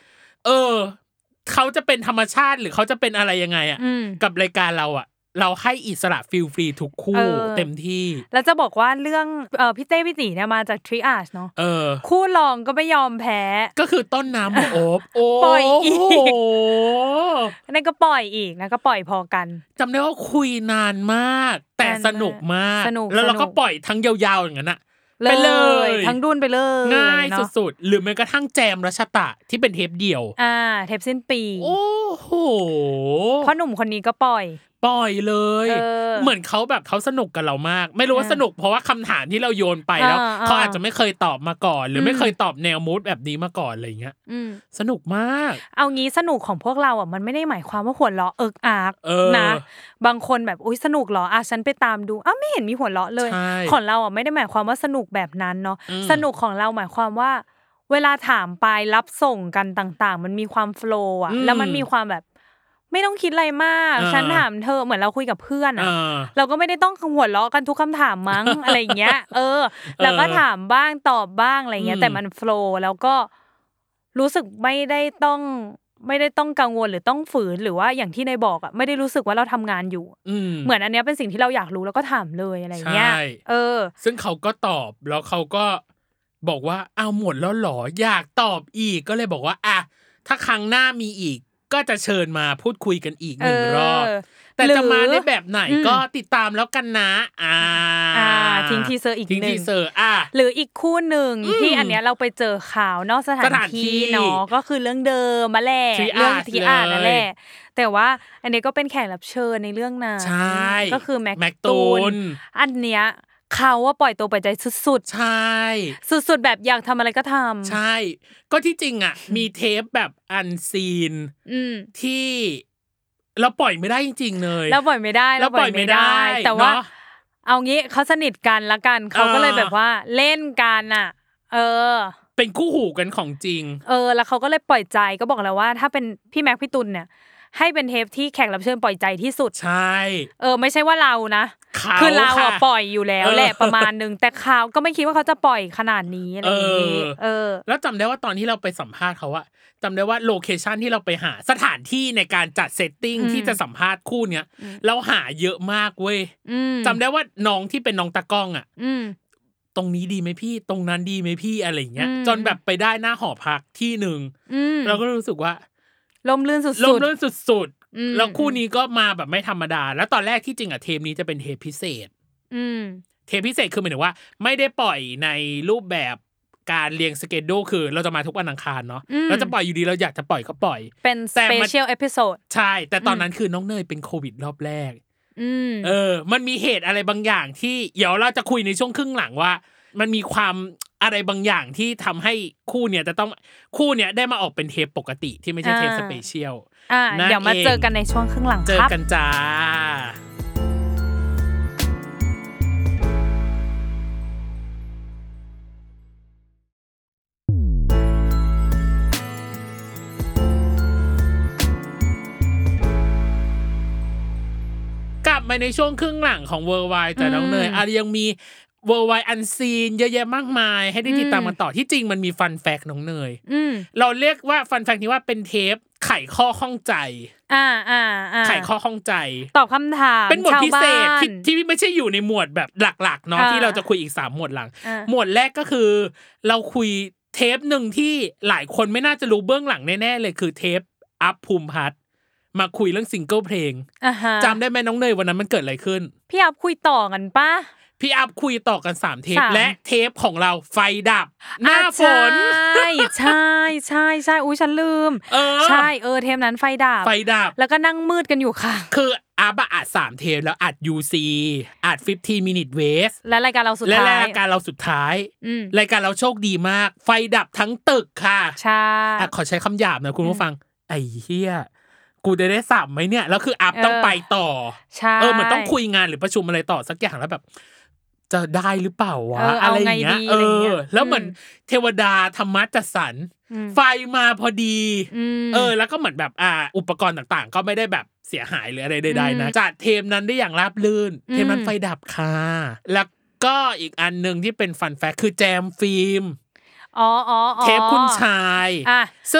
เออเขาจะเป็นธรรมชาติหรือเขาจะเป็นอะไรยังไงอ่ะกับรายการเราอ่ะเราให้อิสระฟีลฟรีทุกคู่เต็มที่แล้วจะบอกว่าเรื่องเอ่อพี่เต้พี่ตีเนี่ยมาจากทริอาชเนาะคู่รองก็ไม่ยอมแพ้ก็คือต้นน้ำหมอโอบโอ้ปล่อยอีกนั่นก็ปล่อยอีกนะก็ปล่อยพอกันจำได้ว่าคุยนานมากแต่สนุกมากแล้วเราก็ปล่อยทั้งยาวๆอย่างนั้นอะไปเลยทั้งดุนไปเลยง่ายสุดๆหรือแม้กระทั่งแจมรัชตะที่เป็นเทปเดี่ยวอ่าเทปสิ้นปีโอ้โหพ่อหนุ่มคนนี้ก็ปล่อยปล่อยเลยเหมือนเขาแบบเขาสนุกกับเรามากไม่รู้ว่าสนุกเพราะว่าคำถามที่เราโยนไปแล้วเขาอาจจะไม่เคยตอบมาก่อนหรือไม่เคยตอบแนวมูดแบบนี้มาก่อนอะไรเงี้ยสนุกมากเอางี้สนุกของพวกเราอ่ะมันไม่ได้หมายความว่าหัวเราะเอิกอักนะบางคนแบบอุ๊ยสนุกเหรออ่ะฉันไปตามดูอ้าวไม่เห็นมีหัวเราะเลยของเราอ่ะไม่ได้หมายความว่าสนุกแบบนั้นเนาะสนุกของเราหมายความว่าเวลาถามไปรับส่งกันต่างๆมันมีความโฟลว์อ่ะแล้วมันมีความแบบไม่ต้องคิดอะไรมากฉันถามเธอเหมือนเราคุยกับเพื่อนอ่ะเราก็ไม่ได้ต้องหัวเราะกันทุกคำถามมั้ง อะไรอย่างเงี้ยเออแล้วก็ถามบ้างตอบบ้างอะไรเงี้ยแต่มันโฟลว์แล้วก็รู้สึกไม่ได้ต้องไม่ได้ต้องกังวลหรือต้องฝืนหรือว่าอย่างที่นายบอกอ่ะไม่ได้รู้สึกว่าเราทำงานอยู่เหมือนอันเนี้ยเป็นสิ่งที่เราอยากรู้แล้วก็ถามเลยอะไรเงี้ยเออซึ่งเขาก็ตอบแล้วเขาก็บอกว่าเอาหมดแล้วหรออยากตอบอีกก็เลยบอกว่าอ่ะถ้าครั้งหน้ามีอีกก็จะเชิญมาพูดคุยกันอีกหนึ่งรอบแต่จะมาในแบบไหนก็ติดตามแล้วกันนะอ่าอ่าทิ้งทีเซอร์อีกนึงทิ้งทีเซอร์อ่ะหรืออีกคู่นึงที่อันเนี้ยเราไปเจอข่าวนอกสถานที่เนาะก็คือเรื่องเดิมมาแหละเรื่องที่อ่านนั่นแหละแต่ว่าอันนี้ก็เป็นแขกรับเชิญในเรื่องนั้นใช่ก็คือแม็กตูนอันเนี้ยเขาว่าปล่อยตัวปล่อยใจสุดๆใช่สุดๆแบบอยากทำอะไรก็ทำใช่ก็ที่จริงอ่ะมีเทปแบบอันซีนที่เราปล่อยไม่ได้จริงๆเลยเราปล่อยไม่ได้เราปล่อยไม่ได้แต่ว่าเอางี้เขาสนิทกันละกันเขาก็เลยแบบว่าเล่นกันอ่ะเออเป็นคู่หูกันของจริงเออแล้วเขาก็เลยปล่อยใจก็บอกแล้วว่าถ้าเป็นพี่แม็กพี่ตุลเนี่ยให้เป็นเทปที่แขกรับเชิญปล่อยใจที่สุดใช่เออไม่ใช่ว่าเรานะคือเราอ่ะปล่อยอยู่แล้วแหละประมาณนึงแต่เขาก็ไม่คิดว่าเขาจะปล่อยขนาดนี้อะไรอย่างงี้เออแล้วจำได้ว่าตอนที่เราไปสัมภาษณ์เขาอะจำได้ว่าโลเคชั่นที่เราไปหาสถานที่ในการจัดเซตติ้งที่จะสัมภาษณ์คู่เนี้ยเราหาเยอะมากเว้ยจำได้ว่าน้องที่เป็นน้องตากล้องอะตรงนี้ดีไหมพี่ตรงนั้นดีไหมพี่อะไรอย่างเงี้ยจนแบบไปได้หน้าหอพักที่นึงเราก็รู้สึกว่าลมลื่นสุดๆลมลื่นสุดๆแล้วคู่นี้ก็มาแบบไม่ธรรมดาแล้วตอนแรกที่จริงอ่ะเทปนี้จะเป็นเทปพิเศษเทปพิเศษคือหมายถึงว่าไม่ได้ปล่อยในรูปแบบการเรียงสเกจดูคือเราจะมาทุกวันอังคารเนาะเราจะปล่อยอยู่ดีเราอยากจะปล่อยก็ปล่อยเป็นสเปเชียลเอพิโซดใช่แต่ตอนนั้นคือน้องเนยเป็นโควิดรอบแรกเออมันมีเหตุอะไรบางอย่างที่เดี๋ยวเราจะคุยในช่วงครึ่งหลังว่ามันมีความอะไรบางอย่างที่ทำให้คู่เนี่ยจะต้องคู่เนี่ยได้มาออกเป็นเทปปกติที่ไม่ใช่เทปสเปเชียลอ่าเดี๋ยวมาเจอกันในช่วงครึ่งหลังครับเจอกันจ้ากลับมาในช่วงครึ่งหลังของ Worldwide แต่น้องเนยอ่ะยังมีWorldwide Unseen เยอะแยะมากมายให้ได้ติดตามกันต่อที่จริงมันมีฟันแฟกต์น้องเนยเราเรียกว่าฟันแฟกต์นี้ว่าเป็นเทปไขข้อข้องใจอ่าอ่าไขข้อข้องใจตอบคำถามเป็นหมวดพิเศษที่ที่ไม่ใช่อยู่ในหมวดแบบหลักๆเนาะที่เราจะคุยอีกสามหมวดหลังหมวดแรกก็คือเราคุยเทปนึงที่หลายคนไม่น่าจะรู้เบื้องหลังแน่ๆเลยคือเทปอัพภูมิพัฒน์มาคุยเรื่องซิงเกิลเพลงจำได้ไหมน้องเนยวันนั้นมันเกิดอะไรขึ้นพี่อัพคุยต่อกันปะพี่อัพคุยต่อกันสามเทปและเทปของเราไฟดับหน้าฝนใช่ใช่ใช่ใช่อุ๊ยฉันลืมใช่เออเทปนั้นไฟดับไฟดับแล้วก็นั่งมืดกันอยู่ค่ะคืออัพอัดสามเทปแล้วอัด ยู ซี อัดสิบห้า minute waste และรายการเราสุดท้ายและรายการเราสุดท้ายรายการเราโชคดีมากไฟดับทั้งตึกค่ะใช่ขอใช้คำหยาบนะคุณผู้ฟังไอ้เหี้ยกูจะได้สับไหมเนี่ยแล้วคืออัพต้องไปต่อเออมันต้องคุยงานหรือประชุมอะไรต่อสักอย่างแล้วแบบจะได้หรือเปล่าวะ อ, อะไรอย่างเงี้ยเออแล้วเหมือนเทวดาธรรมะจัดสรรไฟมาพอดีเออแล้วก็เหมือนแบบอ่าอุปกรณ์ต่างๆก็ไม่ได้แบบเสียหายหรืออะไรใดๆนะจัดเทมนั้นได้อย่างราบรื่นเทมนั้นไฟดับค่ะแล้วก็อีกอันนึงที่เป็นฟันแฟคคือแจมฟิล์มอ๋ออ๋อเทปคุณชายซึ่ง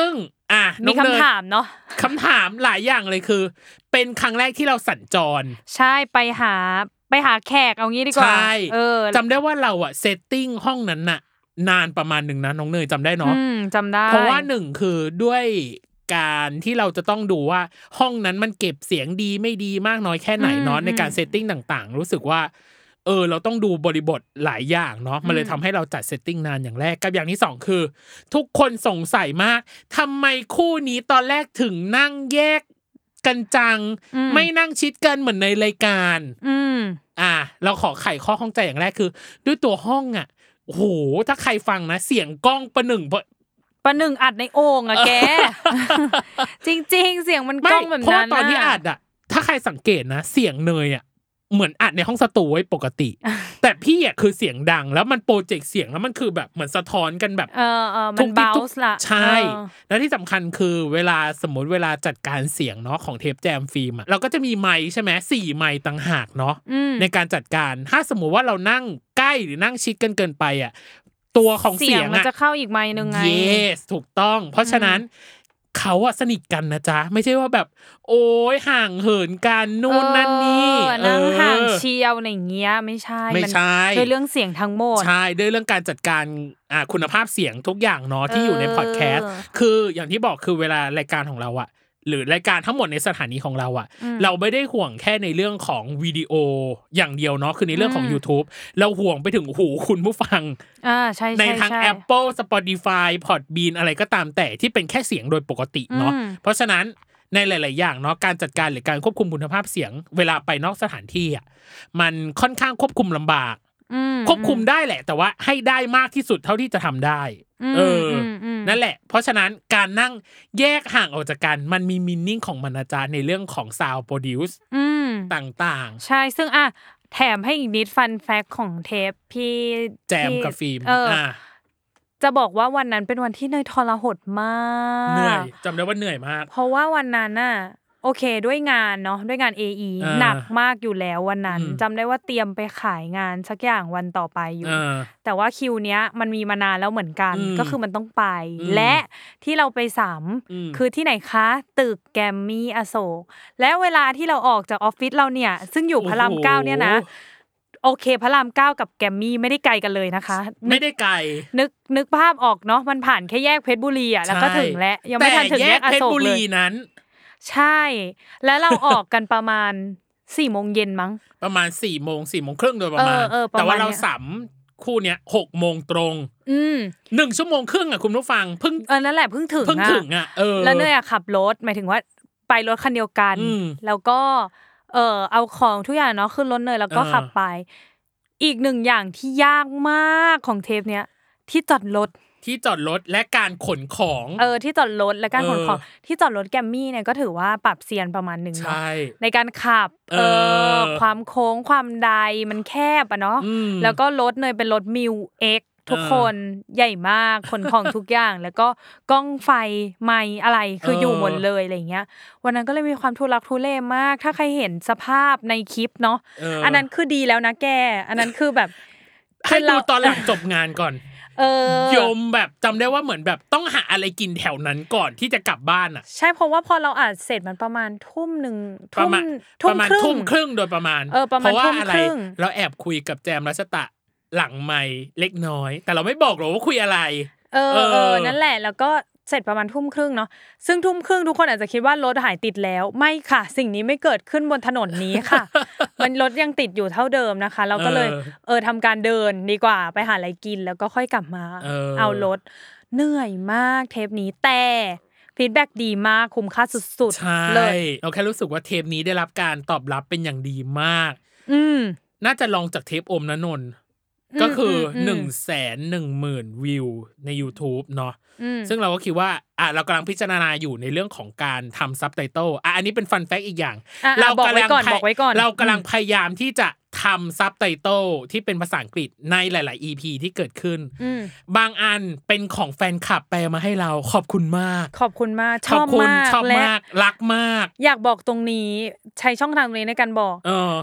อ่ะมีคำถามเนาะคำถามหลายอย่างเลยคือเป็นครั้งแรกที่เราสัญจรใช่ไปหาไปหาแขกเอางี้ดีกว่าเออจำได้ว่าเราอะเซตติ้งห้องนั้นน่ะนานประมาณหนึ่งนะน้องเนยจำได้เนาะจำได้เพราะว่าหนึ่งคือด้วยการที่เราจะต้องดูว่าห้องนั้นมันเก็บเสียงดีไม่ดีมากน้อยแค่ไหนเนาะในการเซตติ้งต่างๆรู้สึกว่าเออเราต้องดูบริบทหลายอย่างเนาะมันเลยทำให้เราจัดเซตติ้งนานอย่างแรกกับอย่างที่สองคือทุกคนสงสัยมากทำไมคู่นี้ตอนแรกถึงนั่งแยกกันจังไม่นั่งชิดกันเหมือนในรายการอ่าเราขอไขข้อข้องใจอย่างแรกคือด้วยตัวห้องอ่ะโอ้โหถ้าใครฟังนะเสียงกล้องประหนึ่งประหนึ่งอัดในโอ่งอะแกจริงๆเสียงมันกล้องแบบนั้นเพราะตอนที่อัดอะถ้าใครสังเกตนะเสียงเนยอะเหมือนอัดในห้องสตูไว้ปกติแต่พี่อะคือเสียงดังแล้วมันโปรเจกต์เสียงแล้วมันคือแบบเหมือนสะท้อนกันแบบเออเออมันเบาส์ละใช่แล้วที่สำคัญคือเวลาสมมติเวลาจัดการเสียงเนาะของเทปแจมฟิล์มอะเราก็จะมีไมค์ใช่ไหมสี่ไมค์ต่างหากเนาะในการจัดการถ้าสมมติว่าเรานั่งใกล้หรือนั่งชิดกันเกินไปอะตัวของเสียงมันจะเข้าอีกไมค์นึงไง yes ถูกต้องเพราะฉะนั้นเขาอะสนิทกันนะจ๊ะไม่ใช่ว่าแบบโอ๊ยห่างเหินกันนู่นนั่นนี่นั่งห่างเชียวในเงี้ยไม่ใช่ไม่ใช่ด้วยเรื่องเสียงทั้งหมดใช่ด้วยเรื่องการจัดการอ่าคุณภาพเสียงทุกอย่างเนาะที่อยู่ในพอดแคสต์คืออย่างที่บอกคือเวลารายการของเราอะหรือรายการทั้งหมดในสถานีของเราอ่ะเราไม่ได้ห่วงแค่ในเรื่องของวิดีโออย่างเดียวเนาะคือในเรื่องของ YouTube เราห่วงไปถึงหูคุณผู้ฟังอ่าใช่ๆๆในทั้ง Apple Spotify Podbean อะไรก็ตามแต่ที่เป็นแค่เสียงโดยปกติเนาะเพราะฉะนั้นในหลายๆอย่างเนาะการจัดการหรือการควบคุมคุณภาพเสียงเวลาไปนอกสถานที่อ่ะมันค่อนข้างควบคุมลำบากควบคุมได้แหละแต่ว่าให้ได้มากที่สุดเท่าที่จะทำได้เออนั่นแหละเพราะฉะนั้นการนั่งแยกห่างออกจากกันมันมีมีนิ่งของมันนะจ๊ะในเรื่องของ sound produce ต่างๆใช่ซึ่งอ่ะแถมให้อีกนิดฟันแฟกของเทปพี่แจมกับฟิล์มอ่ะจะบอกว่าวันนั้นเป็นวันที่เนยทรหดมากเหนื่อยจำได้ว่าเหนื่อยมากเพราะว่าวันนั้นน่ะโอเคด้วยงานเนาะด้วยงาน เอ อี หนักมากอยู่แล้ววันนั้นจำได้ว่าเตรียมไปขายงานสักอย่างวันต่อไปอยู่แต่ว่าคิวเนี้ยมันมีมานานแล้วเหมือนกันก็คือมันต้องไปและที่เราไปสามคือที่ไหนคะตึกแกมมี่อโศกและเวลาที่เราออกจากออฟฟิศเราเนี่ยซึ่งอยู่พระรามเก้าเนี่ยนะโอเคพระรามเก้ากับแกมมี่ไม่ได้ไกลกันเลยนะคะไม่ได้ไกลนึกนึกภาพออกเนาะมันผ่านแค่แยกเพชรบุรีอ่ะแล้วก็ถึงแล้วยังไม่ทันถึงแยกอโศกเลยนั้นใช่แล้วเราออกกันประมาณ สี่โมงเย็นมั้งประมาณ สี่โมง สี่โมงครึ่งโดยประมาณแต่ว่าเราสัมคู่เนี้ย หกโมงตรงอืมหนึ่งชั่วโมงครึ่งอ่ะคุณผู้ฟังเพิ่งเออนั่นแหละเพิ่งถึงเพิ่งถึงอ่ะเออแล้วเนยอ่ะขับรถหมายถึงว่าไปรถคันเดียวกันแล้วก็เออเอาของทุกอย่างเนาะขึ้นรถเนยแล้วก็ขับไปอีกหนึ่งอย่างที่ยากมากของเทปเนี้ยที่จอดรถที่จอดรถและการขนของเออที่จอดรถและการขนของที่จอดรถแกมมี่เนี่ยก็ถือว่าปรับเซียนประมาณนึงเนาะในการขับเออความโค้งความไดมันแคบอ่ะเนาะแล้วก็รถเนยเป็นรถมิว X ทุกคนใหญ่มากขนของทุกอย่างแล้วก็กล้องไฟไมค์อะไรคืออยู่หมดเลยอะไรเงี้ยวันนั้นก็เลยมีความทุลักทุเลมากถ้าใครเห็นสภาพในคลิปเนาะอันนั้นคือดีแล้วนะแกอันนั้นคือแบบให้ดูตอนหลังจบงานก่อนเออยมแบบจำได้ว่าเหมือนแบบต้องหาอะไรกินแถวนั้นก่อนที่จะกลับบ้านอ่ะใช่เพราะว่าพอเราอัดเสร็จมันประมาณทุ่มหนึ่งประมาณประมาณทุ่มครึ่งโดยประมาณเออประมาณทุ่มครึ่งเราแอบคุยกับแจมรัชตะหลังไมค์เล็กน้อยแต่เราไม่บอกหรอกว่าคุยอะไรเออเออนั่นแหละแล้วก็เสร็จประมาณทุ่มครึ่งเนาะซึ่งทุ่มครึ่งทุกคนอาจจะคิดว่ารถหายติดแล้วไม่ค่ะสิ่งนี้ไม่เกิดขึ้นบนถนนนี้ค่ะมันรถยังติดอยู่เท่าเดิมนะคะเราก็เลยเออทำการเดินดีกว่าไปหาอะไรกินแล้วก็ค่อยกลับมาเอารถเหนื่อยมากเทปนี้แต่ฟีดแบ็กดีมากคุ้มค่าสุดๆเลยเราแค่รู้สึกว่าเทปนี้ได้รับการตอบรับเป็นอย่างดีมากอืมน่าจะลองจากเทปอมนะนนท์ก็คือ หนึ่งแสนหนึ่งหมื่น วิวใน YouTube เนาะซึ่งเราก็คิดว่าอ่ะเรากำลังพิจารณาอยู่ในเรื่องของการทำซับไตเติลอ่ะอันนี้เป็นฟันแฟกต์อีกอย่างเรากำลังบอกไว้ก่อนเรากำลังพยายามที่จะทำซับไตเติลที่เป็นภาษาอังกฤษในหลายๆ อี พี ที่เกิดขึ้นบางอันเป็นของแฟนคลับแปลมาให้เราขอบคุณมากขอบคุณมากชอบมากชอบมากรักมากอยากบอกตรงนี้ใช้ช่องทางนี้ในการบอกเออ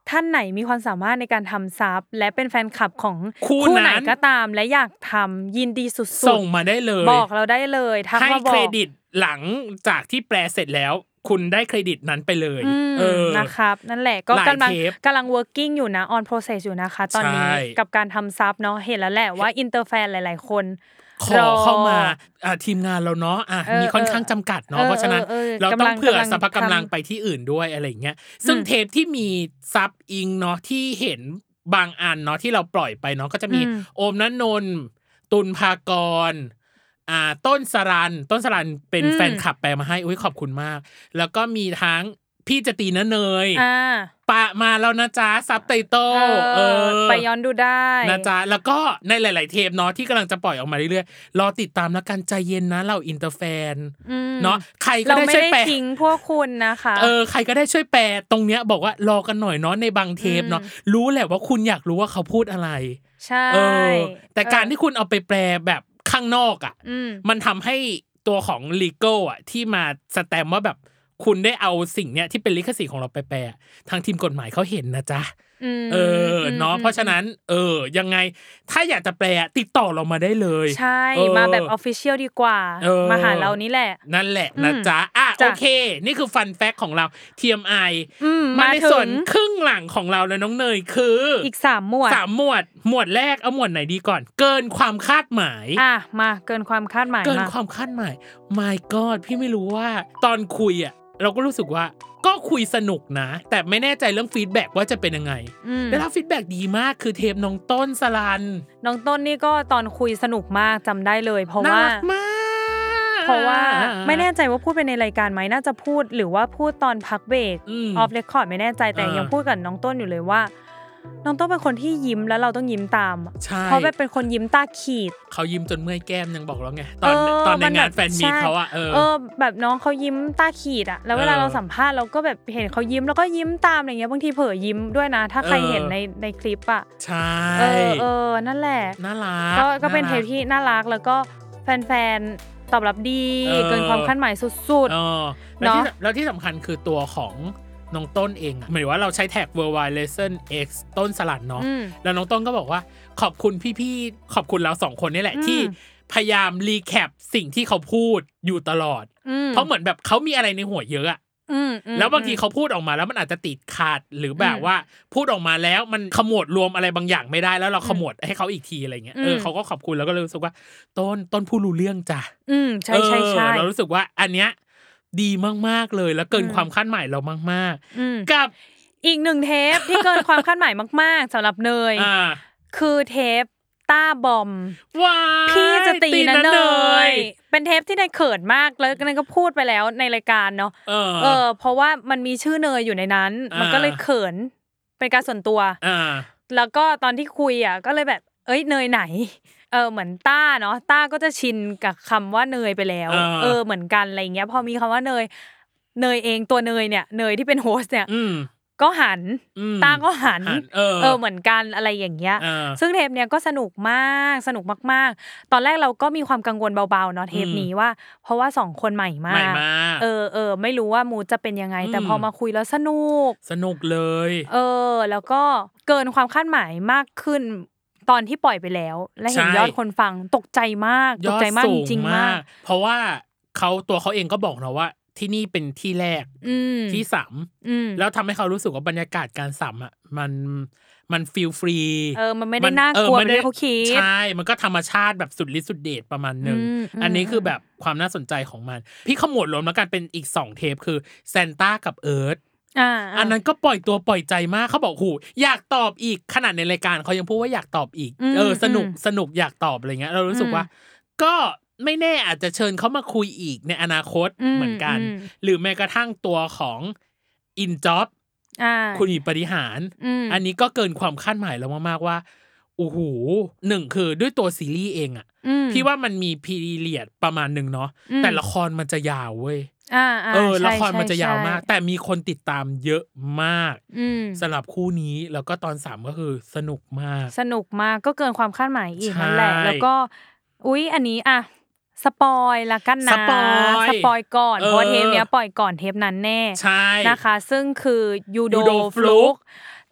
ท่านไหนมีความสามารถในการทำซับและเป็นแฟนคลับของคู่ไหนก็ตามและอยากทำยินดีสุดๆส่งมาได้เลยบอกเราได้เลยทักมาบอกให้เครดิตหลังจากที่แปลเสร็จแล้วคุณได้เครดิตนั้นไปเลยเออนะครับนั่นแหละก็กำลังกำลัง working อยู่นะ on process อยู่นะคะตอนนี้กับการทำซับเนาะเห็นแล้วแหละว่าอินเตอร์แฟนหลายๆคนขอเข้ามาทีมงานเราเนาะมีค่อนข้างจำกัดเนาะเพราะฉะนั้นเราต้องเผื่อสรรพกำลังไปที่อื่นด้วยอะไรอย่างเงี้ยซึ่งเทปที่มีซับอิงเนาะที่เห็นบางอันเนาะที่เราปล่อยไปเนาะก็จะมีโอมณนนท์ตุลภากรอ่าต้นสรันต้นสรันเป็นแฟนคลับแปลมาให้อุ๊ยขอบคุณมากแล้วก็มีทั้งพี่จะตีนะเนยปะมาแล้วนะจ๊ะซับไตเติลเออไปย้อนดูได้นะจ๊ะแล้วก็ในหลายๆเทปเนาะที่กำลังจะปล่อยออกมาเรื่อยๆรอติดตามแล้วกันใจเย็นนะเราอินเตอร์แฟนเนาะใครก็ได้ช่วยแปลเราไม่ได้ทิ้งพวกคุณนะคะเออใครก็ได้ช่วยแปลตรงเนี้ยบอกว่ารอกันหน่อยเนาะในบางเทปเนาะรู้แหละว่าคุณอยากรู้ว่าเขาพูดอะไรใช่เออแต่การที่คุณเอาไปแปลแบบข้างนอกอ่ะมันทำให้ตัวของ legal อ่ะที่มาสแตมป์ว่าแบบคุณได้เอาสิ่งเนี้ยที่เป็นลิขสิทธิ์ของเราไปแปลทางทีมกฎหมายเขาเห็นนะจ๊ะเออเนาะเพราะฉะนั้นเออยังไงถ้าอยากจะแปลติดต่อเรามาได้เลยใช่มาแบบ official ดีกว่ามาหาเรานี่แหละนั่นแหละนะจ๊ะอ่ะโอเคนี่คือฟันแฟคของเรา ที เอ็ม ไอ มาในส่วนครึ่งหลังของเราแล้วน้องเนยคืออีกสามหมวดสามหมวดหมวดแรกเอาหมวดไหนดีก่อนเกินความคาดหมายอ่ะมาเกินความคาดหมายเกินความคาดหมาย my god พี่ไม่รู้ว่าตอนคุยอ่ะเราก็รู้สึกว่าก็คุยสนุกนะแต่ไม่แน่ใจเรื่องฟีดแบ็กว่าจะเป็นยังไงได้รับฟีดแบ็กดีมากคือเทปน้องต้นสลันน้องต้นนี่ก็ตอนคุยสนุกมากจำได้เลยเพราะว่าเพราะว่าไม่แน่ใจว่าพูดไปในรายการไหมน่าจะพูดหรือว่าพูดตอนพักเบรกออฟเรคคอร์ดไม่แน่ใจแต่ยังพูดกับน้องต้นอยู่เลยว่าน้องต้องเป็นคนที่ยิ้มแล้วเราต้องยิ้มตามเพราะแบบเป็นคนยิ้มตาขีดเขายิ้มจนเมื่อยแก้มยังบอกแล้วไงตอนตอนในงานแฟนมีเขาอะเออเออแบบน้องเขายิ้มตาขีดอะแล้วเวลาเราสัมภาษณ์เราก็แบบเห็นเขายิ้มแล้วก็ยิ้มตามอะไรเงี้ยบางทีเผลอยิ้มด้วยนะถ้าใครเห็นในในคลิปอะใช่เออเออนั่นแหละน่ารักก็ก็เป็นเทปที่น่ารักแล้วก็แฟนๆตอบรับดีเกินความคาดหมายสุดๆเนาะแล้วที่สำคัญคือตัวของน้องต้นเองอ่ะหมายว่าเราใช้แท็ก Worldwide Lesson X ต้นสลัดเนาะแล้วน้องต้นก็บอกว่าขอบคุณพี่ๆขอบคุณเราสองคนนี่แหละที่พยายามรีแคปสิ่งที่เขาพูดอยู่ตลอดเพราะเหมือนแบบเขามีอะไรในหัวเยอะอ่ะแล้วบางทีเขาพูดออกมาแล้วมันอาจจะติดขาดหรือแบบว่าพูดออกมาแล้วมันขมวดรวมอะไรบางอย่างไม่ได้แล้วเราขมวดให้เขาอีกทีอะไรเงี้ยเออเขาก็ขอบคุณแล้วก็เลยรู้สึกว่าต้นต้นพูดรู้เรื่องจ้ะอืมใช่ใช่ใช่เรารู้สึกว่าอันเนี้ยดีมากๆเลยแล้วเกินความคาดหมายเรามากๆกับอีกหนึ่งเทปที่เกินความคาดหมายมากๆสำหรับเนยคือเทปต้าบอมพี่จะตีนะเนยเป็นเทปที่เนยเขินมากแล้วเนยก็พูดไปแล้วในรายการเนาะเออเพราะว่ามันมีชื่อเนยอยู่ในนั้นมันก็เลยเขินเป็นการส่วนตัวแล้วก็ตอนที่คุยอ่ะก็เลยแบบเอ้ยเนยไหนเออเหมือนต้าเนาะต้าก็จะชินกับคำว่าเนยไปแล้วเออเหมือนกันอะไรเงี้ยพอมีคำว่าเนยเนยเองตัวเนยเนี่ยเนยที่เป็นโฮสต์เนี่ยก็หันต้าก็หันเออเหมือนกันอะไรอย่างเงี้ยซึ่งเทปเนี้ยก็สนุกมากสนุกมากๆตอนแรกเราก็มีความกังวลเบาๆเนาะเทปนี้ว่าเพราะว่าสองคนใหม่มากเออเออไม่รู้ว่ามูดจะเป็นยังไงแต่พอมาคุยแล้วสนุกสนุกเลยเออแล้วก็เกินความคาดหมายมากขึ้นตอนที่ปล่อยไปแล้วและเห็นยอดคนฟังตกใจมากตกใจมากจริงๆมากเพราะว่าเขาตัวเขาเองก็บอกนะว่าที่นี่เป็นที่แรกที่สัมแล้วทำให้เขารู้สึกว่าบรรยากาศการสัมอ่ะมันมันฟีลฟรีเออมันไม่ได้น่ากลัวเหมือนที่เขาคิดใช่มันก็ธรรมชาติแบบสุดฤทธิ์สุดเดชประมาณนึงอันนี้คือแบบความน่าสนใจของมันพี่ขมวดรวมแล้วกันเป็นอีกสองเทปคือแซนต้ากับเอิร์ธอ่าอันนั้นก็ปล่อยตัวปล่อยใจมากเขาบอกหูอยากตอบอีกขนาดในรายการเขายังพูดว่าอยากตอบอีกเออสนุกสนุกอยากตอบอะไรเงี้ยเรารู้สึกว่าก็ไม่แน่อาจจะเชิญเขามาคุยอีกในอนาคตเหมือนกันหรือแม้กระทั่งตัวของอินจ็อบคุณหญิงปฏิหารอันนี้ก็เกินความคาดหมายแล้วมากๆว่าโอ้โหหนึ่งคือด้วยตัวซีรีส์เองอ่ะพี่ว่ามันมีพีเรียดประมาณนึงเนาะแต่ละครมันจะยาวเว้ยเออละครมันจะยาวมากแต่มีคนติดตามเยอะมากสำหรับคู่นี้แล้วก็ตอนสามก็คือสนุกมากสนุกมากก็เกินความคาดหมายอีกนั่นแหละแล้วก็อุ๊ยอันนี้อ่ะสปอยละกันนะสปอยสปอยก่อนเพราะเทปเนี้ยปล่อยก่อนเทปนั้นแน่นะคะซึ่งคือยูโดฟลุก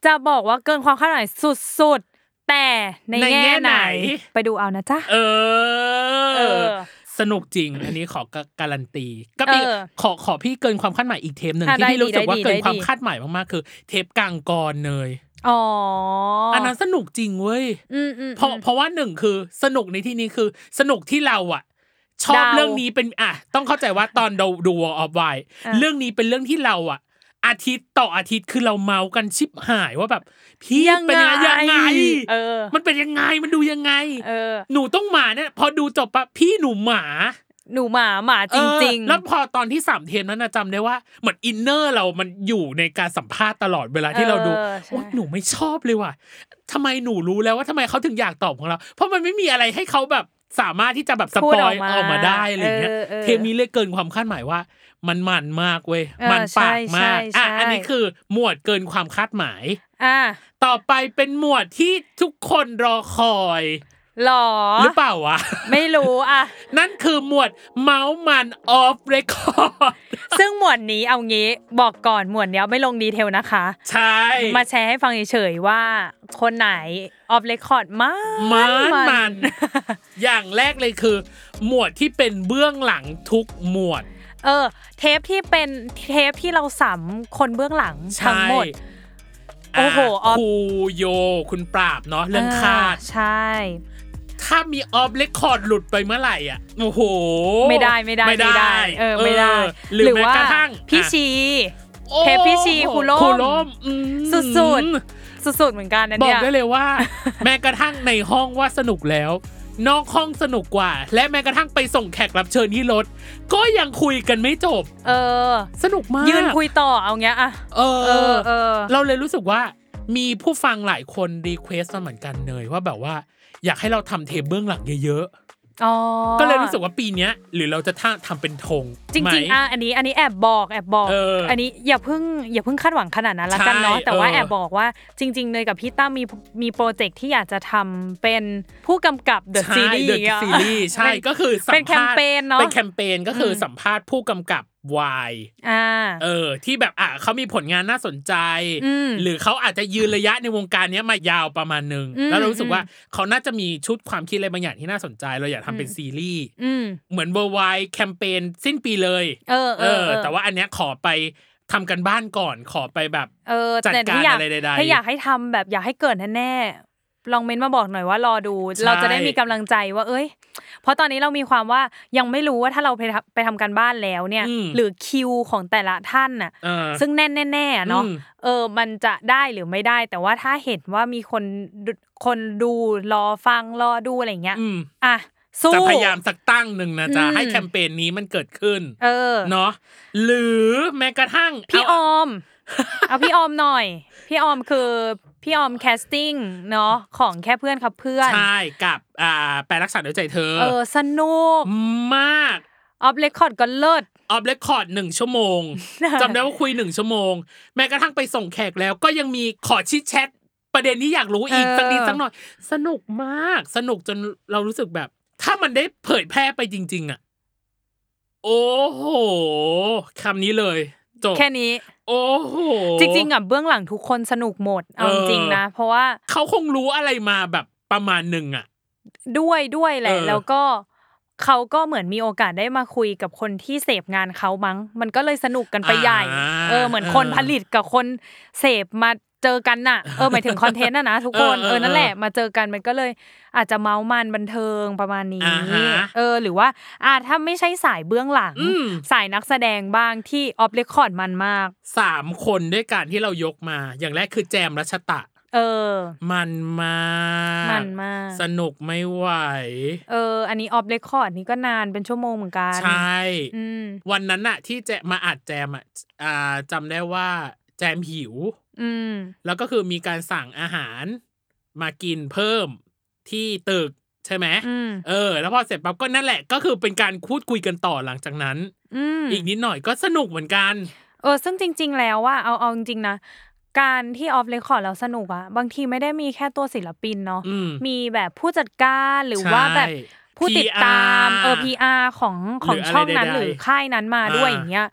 จะบอกว่าเกินความคาดหมายสุดๆแต่ในแง่ไหนไปดูเอานะจ๊ะเออสนุกจริงอันนี้ขอการันตีก็มีขอขอพี่เกินความคาดหมายอีกเทปนึงที่พี่รู้สึกว่าเกินความคาดหมายมากๆคือเทปกลางกรเนยอ๋ออันนั้นสนุกจริงเว้ยเพราะเพราะว่าหนึ่งคือสนุกในที่นี้คือสนุกที่เราอ่ะชอบเรื่องนี้เป็นอ่ะต้องเข้าใจว่าตอนดูดู Wall of Wine เรื่องนี้เป็นเรื่องที่เราอ่ะอาทิตย์ต่ออาทิตย์คือเราเมากันชิบหายว่าแบบพี่เป็นยังไงมันเป็นยังไงมันดูยังไงหนูต้องหมาเนี่ยพอดูจบปะพี่หนูหมาหนูหมาหมาจริงๆแล้วพอตอนที่สามเทปนั้นจำได้ว่าเหมือนอินเนอร์เรามันอยู่ในการสัมภาษณ์ตลอดเวลาที่เราดูโอ๊ยหนูไม่ชอบเลยว่ะทำไมหนูรู้แล้วว่าทำไมเขาถึงอยากตอบของเราเพราะมันไม่มีอะไรให้เขาแบบสามารถที่จะแบบสปอยออกมาได้อะไรเงี้ยเทปนี้เลยเกินความคาดหมายว่ามันมันมากเว้ยมันปากมากอ่ะอันนี้คือหมวดเกินความคาดหมายอ่ะต่อไปเป็นหมวดที่ทุกคนรอคอยหรอหรือเปล่าวะไม่รู้อ่ะนั่นคือหมวดเมาส์มันออฟเรคคอร์ดซึ่งหมวดนี้เอางี้บอกก่อนหมวดเนี้ยไม่ลงดีเทลนะคะใช่มาแชร์ให้ฟังเฉยๆว่าคนไหนออฟเรคคอร์ดมากมันมันอย่างแรกเลยคือหมวดที่เป็นเบื้องหลังทุกหมวดเออเทปที่เป็นเทปที่เราสัมคนเบื้องหลังทั้งหมดโอ้โหครูโยคุณปราบเนาะเรื่องคาดใช่ถ้ามีออฟเรคคอร์ดหลุดไปเมื่อไหร่อ่ะโอ้โหไม่ได้ไม่ได้ไม่ได้เออไม่ได้หรือว่ากระทั่งพี่ชีเทปพี่ชีครูโล่มสุดสุดสุดสุดเหมือนกันนะเนี่ยบอกได้เลยว่าแม้กระทั่งในห้องว่าสนุกแล้วนอกห้องสนุกกว่าและแม้กระทั่งไปส่งแขกรับเชิญที่รถก็ยังคุยกันไม่จบเออสนุกมากยืนคุยต่อเอาเงี้ยอ่ะเออเออเราเลยรู้สึกว่ามีผู้ฟังหลายคนรีเควสต์มาเหมือนกันเลยว่าแบบว่าอยากให้เราทำเทปเบื้องหลังเยอะๆก็เลยรู้สึกว่าปีนี้หรือเราจะทำเป็นธงจริงๆอ่ะอันนี้อันนี้แอบบอกแอบบอกอันนี้อย่าเพิ่งอย่าเพิ่งคาดหวังขนาดนั้นละกันเนาะแต่ว่าแอบบอกว่าจริงๆเนยกับพี่ตั้มมีมีโปรเจกต์ที่อยากจะทำเป็นผู้กำกับ The Series ซีรีส์ใช่ก็คือเป็นแคมเปญเนาะเป็นแคมเปญก็คือสัมภาษณ์ผู้กำกับวายอ่าเออที่แบบอ่ะเขามีผลงานน่าสนใจหรือเขาอาจจะยืนระยะในวงการนี้มายาวประมาณนึงแล้วเรารู้สึกว่าเขาน่าจะมีชุดความคิดอะไรบางอย่างที่น่าสนใจเราอยากทำเป็นซีรีส์เหมือนเวอร์ไวด์แคมเปญสิ้นปีเลยเออเออแต่ว่าอันเนี้ยขอไปทำกันบ้านก่อนขอไปแบบจัดการอะไรใดๆถ้าอยากให้ทำแบบอยากให้เกิดแน่ๆลองเมนต์มาบอกหน่อยว่ารอดูเราจะได้มีกำลังใจว่าเอ้ยเพราะตอนนี้เรามีความว่ายังไม่รู้ว่าถ้าเราไปไปทำการบ้านแล้วเนี่ยหรือคิวของแต่ละท่านน่ะซึ่งแน่นแน่ๆเนาะเออมันจะได้หรือไม่ได้แต่ว่าถ้าเห็นว่ามีคนคนดูรอฟังรอดูอะไรเงี้ยอ่ะจะพยายามสักตั้งหนึ่งนะจ๊ะให้แคมเปญนี้มันเกิดขึ้นเออเนาะหรือแม้กระทั่งพี่ออมเอาพี่ออมหน่อยพี่ออมคือพี่ออมแคสติ้งเนาะของแค่เพื่อนครับเพื่อนใช่กับอ่าแปลรักษาด้วยใจเธอเออสนุกมากออฟเรคคอร์ดก็เลิศออฟเรคคอร์ดหนึ่งชั่วโมงจำได้ว่าคุยหนึ่งชั่วโมงแม้กระทั่งไปส่งแขกแล้วก็ยังมีขอชิดแชทประเด็นที่อยากรู้อีกสักนิดสักหน่อยสนุกมากสนุกจนเรารู้สึกแบบถ้ามันได้เผยแพร่ไปจริงๆอ่ะโอ้โหคำนี้เลยจบแค่นี้โอ้โหจริงๆอ่ะเบื้องหลังทุกคนสนุกหมดเอาจริงนะเพราะว่าเขาคงรู้อะไรมาแบบประมาณนึงอ่ะด้วยด้วยแหละแล้วก็เขาก็เหมือนมีโอกาสได้มาคุยกับคนที่เสพงานเขามั้งมันก็เลยสนุกกันไปใหญ่เออเหมือนคนผลิตกับคนเสพมาเจอกันน่ะเออหมายถึงคอนเทนต์น่ะนะทุกคนเออนั่นแหละมาเจอกันมันก็เลยอาจจะเมามันบันเทิงประมาณนี้เออหรือว่าอ่ะถ้าไม่ใช่สายเบื้องหลังสายนักแสดงบ้างที่ออฟเรคคอร์ดมันมากสามคนด้วยกันที่เรายกมาอย่างแรกคือแจมรัชตะเออมันมากมันมากสนุกไม่ไหวเอออันนี้ออฟเรคคอร์ดนี่ก็นานเป็นชั่วโมงเหมือนกันใช่วันนั้นน่ะที่แจมาอัดแจมอ่ะอ่าจำได้ว่าแจมหิวอืมแล้วก็คือมีการสั่งอาหารมากินเพิ่มที่ตึกใช่ไหมเออแล้วพอเสร็จปั๊บก็นั่นแหละก็คือเป็นการพูดคุยกันต่อหลังจากนั้นอีกนิดหน่อยก็สนุกเหมือนกันเออซึ่งจริงๆแล้วว่าเอาเอาจริงๆนะการที่ออฟเรคคอร์ดแล้วสนุกอ่ะบางทีไม่ได้มีแค่ตัวศิลปินเนาะมีแบบผู้จัดการหรือว่าแบบผู้ติดตามเออ พี อาร์ ของของช่องนั้นหรือค่ายนั้นมาด้วยอย่างเงี้ย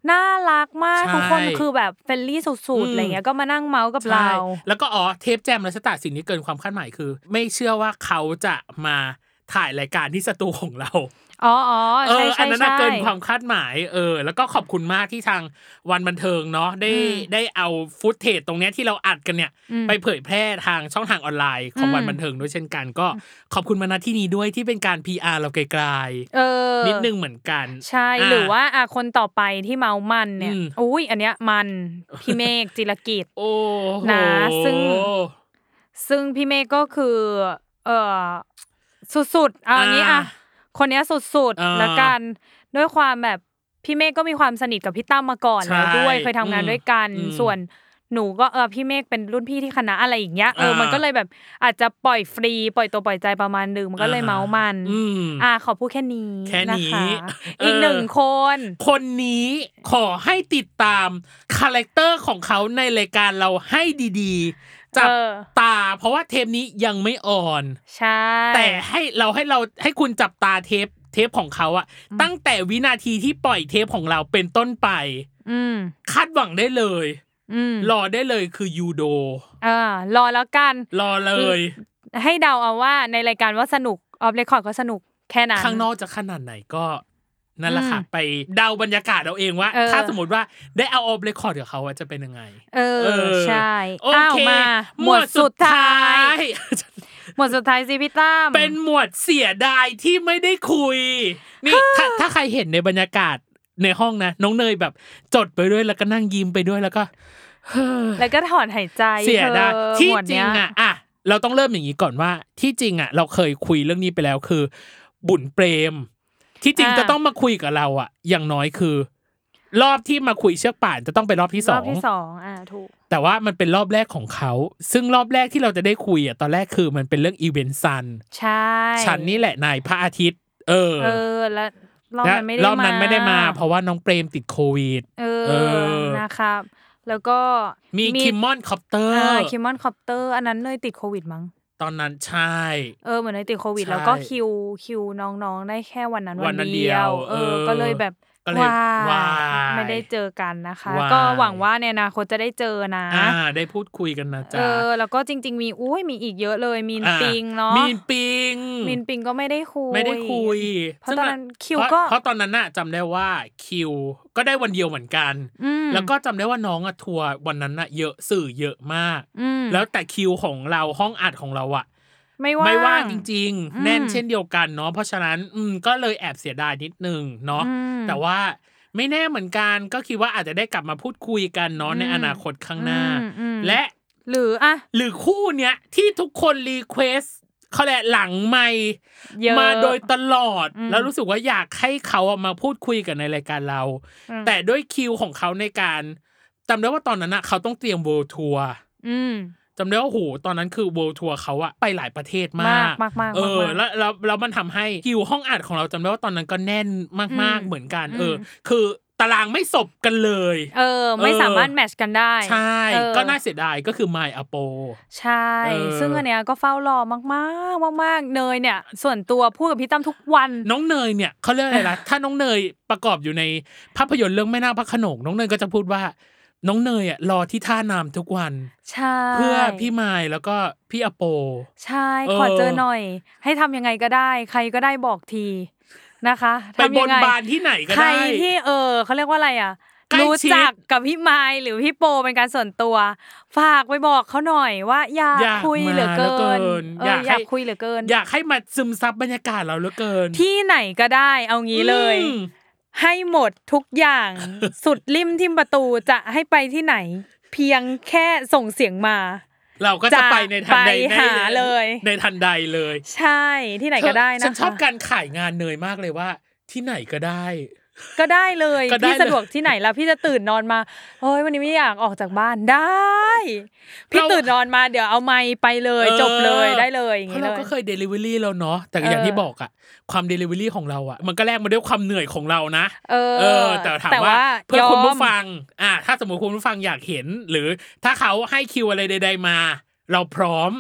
น่ารักมากทุกคนคือแบบเฟรนลี่สุดๆอะไรเงี้ยก็มานั่งเมาส์กับเราแล้วก็อ๋อเทปแจมรัชตะสิ่งนี้เกินความคาดหมายคือไม่เชื่อว่าเขาจะมาถ่ายรายการที่สตูของเราอ๋ออ๋อใช่ๆๆอันนั้นเกินความคาดหมายเออแล้วก็ขอบคุณมากที่ทางวันบันเทิงเนาะได้ได้เอาฟุตเทจตรงเนี้ยที่เราอัดกันเนี่ยไปเผยแพร่ทางช่องทางออนไลน์ของวันบันเทิงด้วยเช่นกันก็ขอบคุณมาณที่นี้ด้วยที่เป็นการ พี อาร์ เราไกลๆเออนิดนึงเหมือนกันใช่หรือว่าอ่ะคนต่อไปที่เมามันเนี่ยอุ้ยอันเนี้ยมันพี่เมฆจิรกิจโอ้นะซึ่งซึ่งพี่เมฆก็คือเอ่อสุดๆเอาอย่างนี้อ่ะคนนี้สุดๆแล้วกันด้วยความแบบพี่เมฆก็มีความสนิทกับพี่ตั้มมาก่อนแล้วด้วยเคยทำงานด้วยกันส่วนหนูก็เออพี่เมฆเป็นรุ่นพี่ที่คณะอะไรอย่างเงี้ยเออมันก็เลยแบบอาจจะปล่อยฟรีปล่อยตัวปล่อยใจประมาณนึงมันก็เลยเมามันอ่าขอพูดแค่นี้นะคะอีกหนึ่งคนคนนี้ขอให้ติดตามคาแรคเตอร์ของเขาในรายการเราให้ดีๆจับตาเพราะว่าเทปนี้ยังไม่ออนใช่แต่ให้เราให้เราให้คุณจับตาเทปเทปของเขาอะตั้งแต่วินาทีที่ปล่อยเทปของเราเป็นต้นไปคาดหวังได้เลยรอได้เลยคือยูโดอ่ารอแล้วกันรอเลยให้เดาเอาว่าในรายการว่าสนุกออฟเรคคอร์ดก็สนุกแค่นั้นข้างนอกจะขนาดไหนก็นั่นแหละค่ะไปเดาบรรยากาศเอาเองว่าถ้าสมมติว่าได้เอาออฟเรคคอร์ดกับเขาจะเป็นยังไงเออใช่โอเคหมวดสุดท้ายหมวดสุดท้ายสิพี่ตั้มเป็นหมวดเสียดายที่ไม่ได้คุยนี่ถ้าถ้าใครเห็นในบรรยากาศในห้องนะน้องเนยแบบจดไปด้วยแล้วก็นั่งยิ้มไปด้วยแล้วก็แล้วก็ถอนหายใจเสียดายที่จริงอ่ะอ่ะเราต้องเริ่มอย่างนี้ก่อนว่าที่จริงอ่ะเราเคยคุยเรื่องนี้ไปแล้วคือบุญเปรมที่จริงจะต้องมาคุยกับเราอ่ะอย่างน้อยคือรอบที่มาคุยเชือกป่านจะต้องเป็นรอบที่สองรอบที่สองอ่าถูกแต่ว่ามันเป็นรอบแรกของเขาซึ่งรอบแรกที่เราจะได้คุยอ่ะตอนแรกคือมันเป็นเรื่องอีเวนต์ซันใช่ฉันนี่แหละนายพระอาทิตย์เออเออแล้วรอบนั้นไม่ได้มารอบนั้นไม่ได้มาเพราะว่าน้องเปรมติดโควิดเออนะครับแล้วก็มีคิมมอนคอปเตอร์อ่าคิมมอนคอปเตอร์อันนั้นเลยติดโควิดมั้งตอนนั้นใช่เออเหมือนในติดโควิดแล้วก็คิวคิวน้องๆได้แค่วันนั้นวันเดียวเออก็เลยแบบว่าไม่ได้เจอกันนะคะก็หวังว่าในอนาคตจะได้เจอนะอ่าได้พูดคุยกันนะจ๊ะเออแล้วก็จริงๆมีอุ้ยมีอีกเยอะเลยมีนปิงเนาะมีนปิงมีนปิงก็ไม่ได้คุยไม่ได้คุยเพราะตอนนั้นคิวก็เพราะตอนนั้นน่ะจำได้ว่าคิวก็ได้วันเดียวเหมือนกันแล้วก็จำได้ว่าน้องอะทัวร์วันนั้นน่ะเยอะสื่อเยอะมากแล้วแต่คิวของเราห้องอัดของเราอะไม่ว่างไม่ว่างจริงๆแน่นเช่นเดียวกันเนาะเพราะฉะนั้นอืมก็เลยแอบเสียดายนิดนึงเนาะแต่ว่าไม่แน่เหมือนกันก็คิดว่าอาจจะได้กลับมาพูดคุยกันเนาะในอนาคตข้างหน้าและหรืออ่ะหรือคู่เนี้ยที่ทุกคนรีเควสเขาแหละหลังไมค์มาโดยตลอดแล้วรู้สึกว่าอยากให้เขามาพูดคุยกันในรายการเราแต่ด้วยคิวของเขาในการจำได้ว่าตอนนั้นน่ะเขาต้องเตรียม World Tour อืมจำได้ว่าโหตอนนั้นคือ World Tour เขาอะไปหลายประเทศมากเออแล้วแล้วแล้วมันทำให้คิวห้องอัดของเราจำได้ว่าตอนนั้นก็แน่นมากๆเหมือนกันเออคือตารางไม่สบกันเลยเออไม่สามารถแมทช์กันได้ใช่ก็น่าเสียดายก็คือ My Apo ใช่ซึ่งอันเนี้ยก็เฝ้ารอมากๆมากๆเนยเนี่ยส่วนตัวพูดกับพี่ตั้มทุกวันน้องเนยเนี่ยเขาเรียกอะไรล่ะถ้าน้องเนยประกอบอยู่ในภาพยนตร์เรื่องแม่นาคพระโขนงน้องเนยก็จะพูดว่าน้องเนยอ่ะรอที่ท่าน้ำทุกวันใช่เพื่อพี่มายแล้วก็พี่อโปใช่ขอเจอหน่อยให้ทำยังไงก็ได้ใครก็ได้บอกทีนะคะไปบนบานที่ไหนก็ได้ใครที่เออเขาเรียกว่าอะไรอ่ะรู้จักกับพี่มายหรือพี่โปเป็นการส่วนตัวฝากไปบอกเขาหน่อยว่าอยากคุยเหลือเกินอยากคุยเหลือเกินอยากให้มาซึมซับบรรยากาศเราเหลือเกินที่ไหนก็ได้เอางี้เลยให้หมดทุกอย่างสุดริมทิมประตูจะให้ไปที่ไหนเพียงแค่ส่งเสียงมาเราก็จะไปในทันใดหาเลยในทันใดเลยใช่ที่ไหนก็ได้นะคะฉันชอบการขายงานเนยมากเลยว่าที่ไหนก็ได้ก็ได้เลยพี่สะดวกที่ไหนแล้วพี่จะตื่นนอนมาเฮ้ยวันนี้ไม่อยากออกจากบ้านได้พี่ตื่นนอนมาเดี๋ยวเอาไมค์ไปเลยจบเลยได้เลยอย่างงี้เลยเราก็เคย delivery แล้วเนาะแต่อย่างที่บอกอ่ะความ delivery ของเราอ่ะมันก็แลกมาด้วยความเหนื่อยของเรานะเออแต่ถามว่าเพื่อคุณผู้ฟังอ่ะถ้าสมมุติคุณผู้ฟังอยากเห็นหรือถ้าเขาให้คิวอะไรใดๆมาเราพร้อม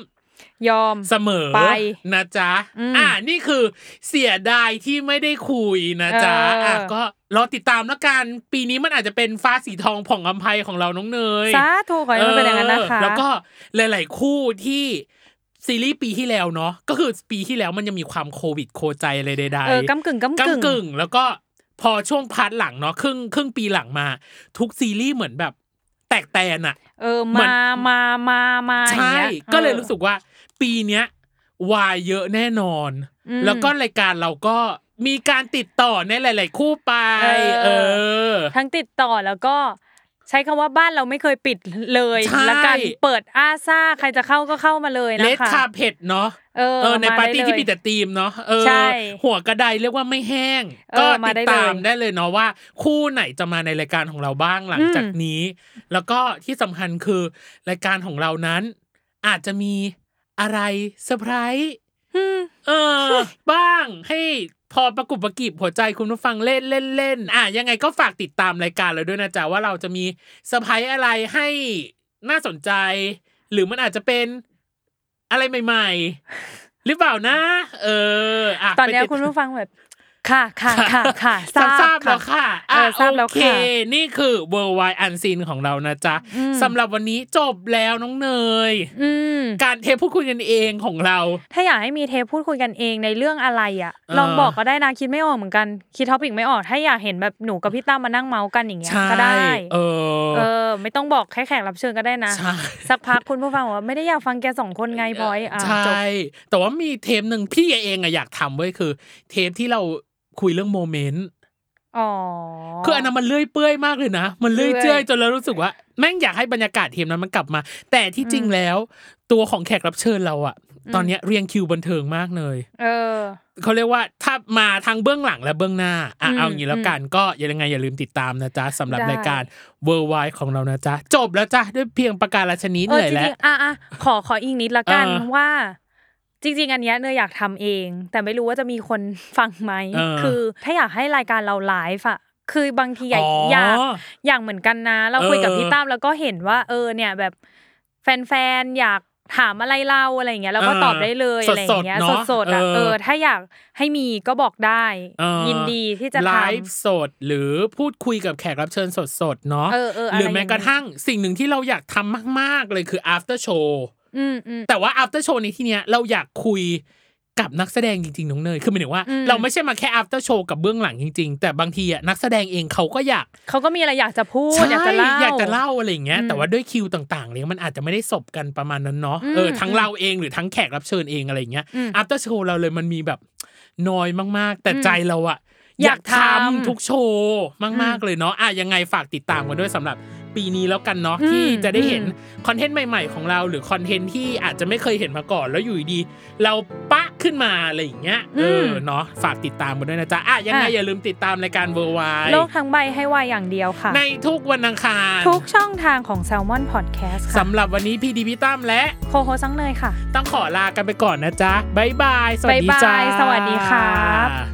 ยอมเสมอไปนะจ๊ะอ่ะนี่คือเสียดายที่ไม่ได้คุยนะจ๊ะอ่ะก็รอติดตามแล้วกันปีนี้มันอาจจะเป็นฟ้าสีทองผ่องอำไพของเราน้องเนยสาธุขอให้มันเป็นอย่างนั้นนะคะแล้วก็หลายๆคู่ที่ซีรีส์ปีที่แล้วเนาะก็คือปีที่แล้วมันยังมีความโควิดโคใจอะไรใดๆเออกำกึ่งกำกึ่งกำกึ่งแล้วก็พอช่วงพาร์ทหลังเนาะครึ่งครึ่งปีหลังมาทุกซีรีส์เหมือนแบบแตกแตนอะเออมามามามาใช่ก็เลยรู้สึกว่าปีเนี้ยวายเยอะแน่นอนแล้วก็รายการเราก็มีการติดต่อในหลายๆคู่ไปเออทั้งติดต่อแล้วก็ใช้คำว่าบ้านเราไม่เคยปิดเลยแล้วการเปิดอาซ่าใครจะเข้าก็เข้ามาเลยนะคะเลดคาเพ็ดเนาะเออในปาร์ตี้ที่มีแต่ธีมเนาะเออหัวกระไดเรียกว่าไม่แห้งก็ติดตามได้เลยเนาะว่าคู่ไหนจะมาในรายการของเราบ้างหลังจากนี้แล้วก็ที่สำคัญคือรายการของเรานั้นอาจจะมีอะไรเซอร์ไพรส์เออบ้างให้พอประกุบประกิบหัวใจคุณผู้ฟังเล่นเล่นเล่นอ่ะยังไงก็ฝากติดตามรายการเราด้วยนะจ๊ะว่าเราจะมีเซอร์ไพรส์อะไรให้น่าสนใจหรือมันอาจจะเป็นอะไรใหม่ๆหรือเปล่านะเอออ่ะตอนนี้คุณผู้ฟังแบบค่ะค่ะค่ะค่ะทราบแล้วค่ะเออทราบแล้วค่ะโอเคนี่คือ Worldwide Unseen ของเรานะจ๊ะสำหรับวันนี้จบแล้วน้องเนยการเทปพูดคุยกันเองของเราถ้าอยากให้มีเทปพูดคุยกันเองในเรื่องอะไรอ่ะลองบอกก็ได้นะคิดไม่ออกเหมือนกันคิดท็อปิกไม่ออกถ้าอยากเห็นแบบหนูกับพี่ตั้มมานั่งเมาส์กันอย่างเงี้ยก็ได้เออเออไม่ต้องบอกแค่แขกรับเชิญก็ได้นะสักพักคุณผู้ฟังว่าไม่ได้อยากฟังแกสองคนไงพลอยอ่ะใช่แต่ว่ามีเทปนึงพี่เองอ่ะอยากทำเว้ยคือเทปที่เราคุยเรื่องโมเมนต์อ๋อคืออันนั้นมันเลื่อยเปื่อยมากเลยนะมันเลื่อยเจื่อยจนเรารู้สึกว่าแม่งอยากให้บรรยากาศเทปนั้นมันกลับมาแต่ที่จริงแล้วตัวของแขกรับเชิญเราอะตอนนี้เรียงคิวบันเทิงมากเลยเออเขาเรียกว่าถ้ามาทั้งเบื้องหลังและเบื้องหน้าอ่ะเอาอย่างนี้แล้วกันก็ยังไงอย่าลืมติดตามนะจ๊ะสำหรับรายการ Worldwide ของเรานะจ๊ะจบแล้วจ้ะด้วยเพียงประการฉะนี้เหนื่อยแล้วอ่ะๆขอขออีกนิดละกันว่าจริงๆอันเนี้ยเนยอยากทำเองแต่ไม่รู้ว่าจะมีคนฟังไหมคือถ้าอยากให้รายการเราไลฟ์อะคือบางทีอยากอยากอย่างเหมือนกันนะเราคุยกับพี่ตั้มแล้วก็เห็นว่าเออเนี่ยแบบแฟนๆอยากถามอะไรเราอะไรอย่างเงี้ยเราก็ตอบได้เลยอะไรอย่างเงี้ยสดๆอ่ะเออถ้าอยากให้มีก็บอกได้ยินดีที่จะทำไลฟ์สดหรือพูดคุยกับแขกรับเชิญสดๆเนาะหรือแม้กระทั่งสิ่งหนึ่งที่เราอยากทำมากๆเลยคือ after showแต่ว่า after show ในที่เนี้ยเราอยากคุยกับนักแสดงจริงๆน้องเนยคือหมายถึงว่าเราไม่ใช่มาแค่ after show กับเบื้องหลังจริงๆแต่บางทีอ่ะนักแสดงเองเขาก็อยากเขาก็มีอะไรอยากจะพูดอยากจะเล่าอยากจะเล่าอะไรอย่างเงี้ยแต่ว่าด้วยคิวต่างๆเนี่ยมันอาจจะไม่ได้สบกันประมาณนั้นเนาะเออทั้งเราเองหรือทั้งแขกรับเชิญเองอะไรอย่างเงี้ย after show เราเลยมันมีแบบน้อยมากๆแต่ใจเราอ่ะอยากทำทุกโชว์มากๆเลยเนาะอ่ะยังไงฝากติดตามกันด้วยสำหรับปีนี้แล้วกันเนาะที่จะได้เห็นคอนเทนต์ใหม่ๆของเราหรือคอนเทนต์ที่อาจจะไม่เคยเห็นมาก่อนแล้วอยู่ดีเราปะขึ้นมาอะไรอย่างเงี้ยเออเนาะฝากติดตามกันด้วยนะจ๊ะอ่ะยังไงอย่าลืมติดตามรายการ Worldwide โลกทั้งใบให้วายอย่างเดียวค่ะในทุกวันอังคารทุกช่องทางของ Salmon Podcast ค่ะสำหรับวันนี้พี่ดีพี่ตั้มและโคโฮซังเนยค่ะต้องขอลากันไปก่อนนะจ๊ะบ๊ายบายสวัสดีจ้าสวัสดีครับ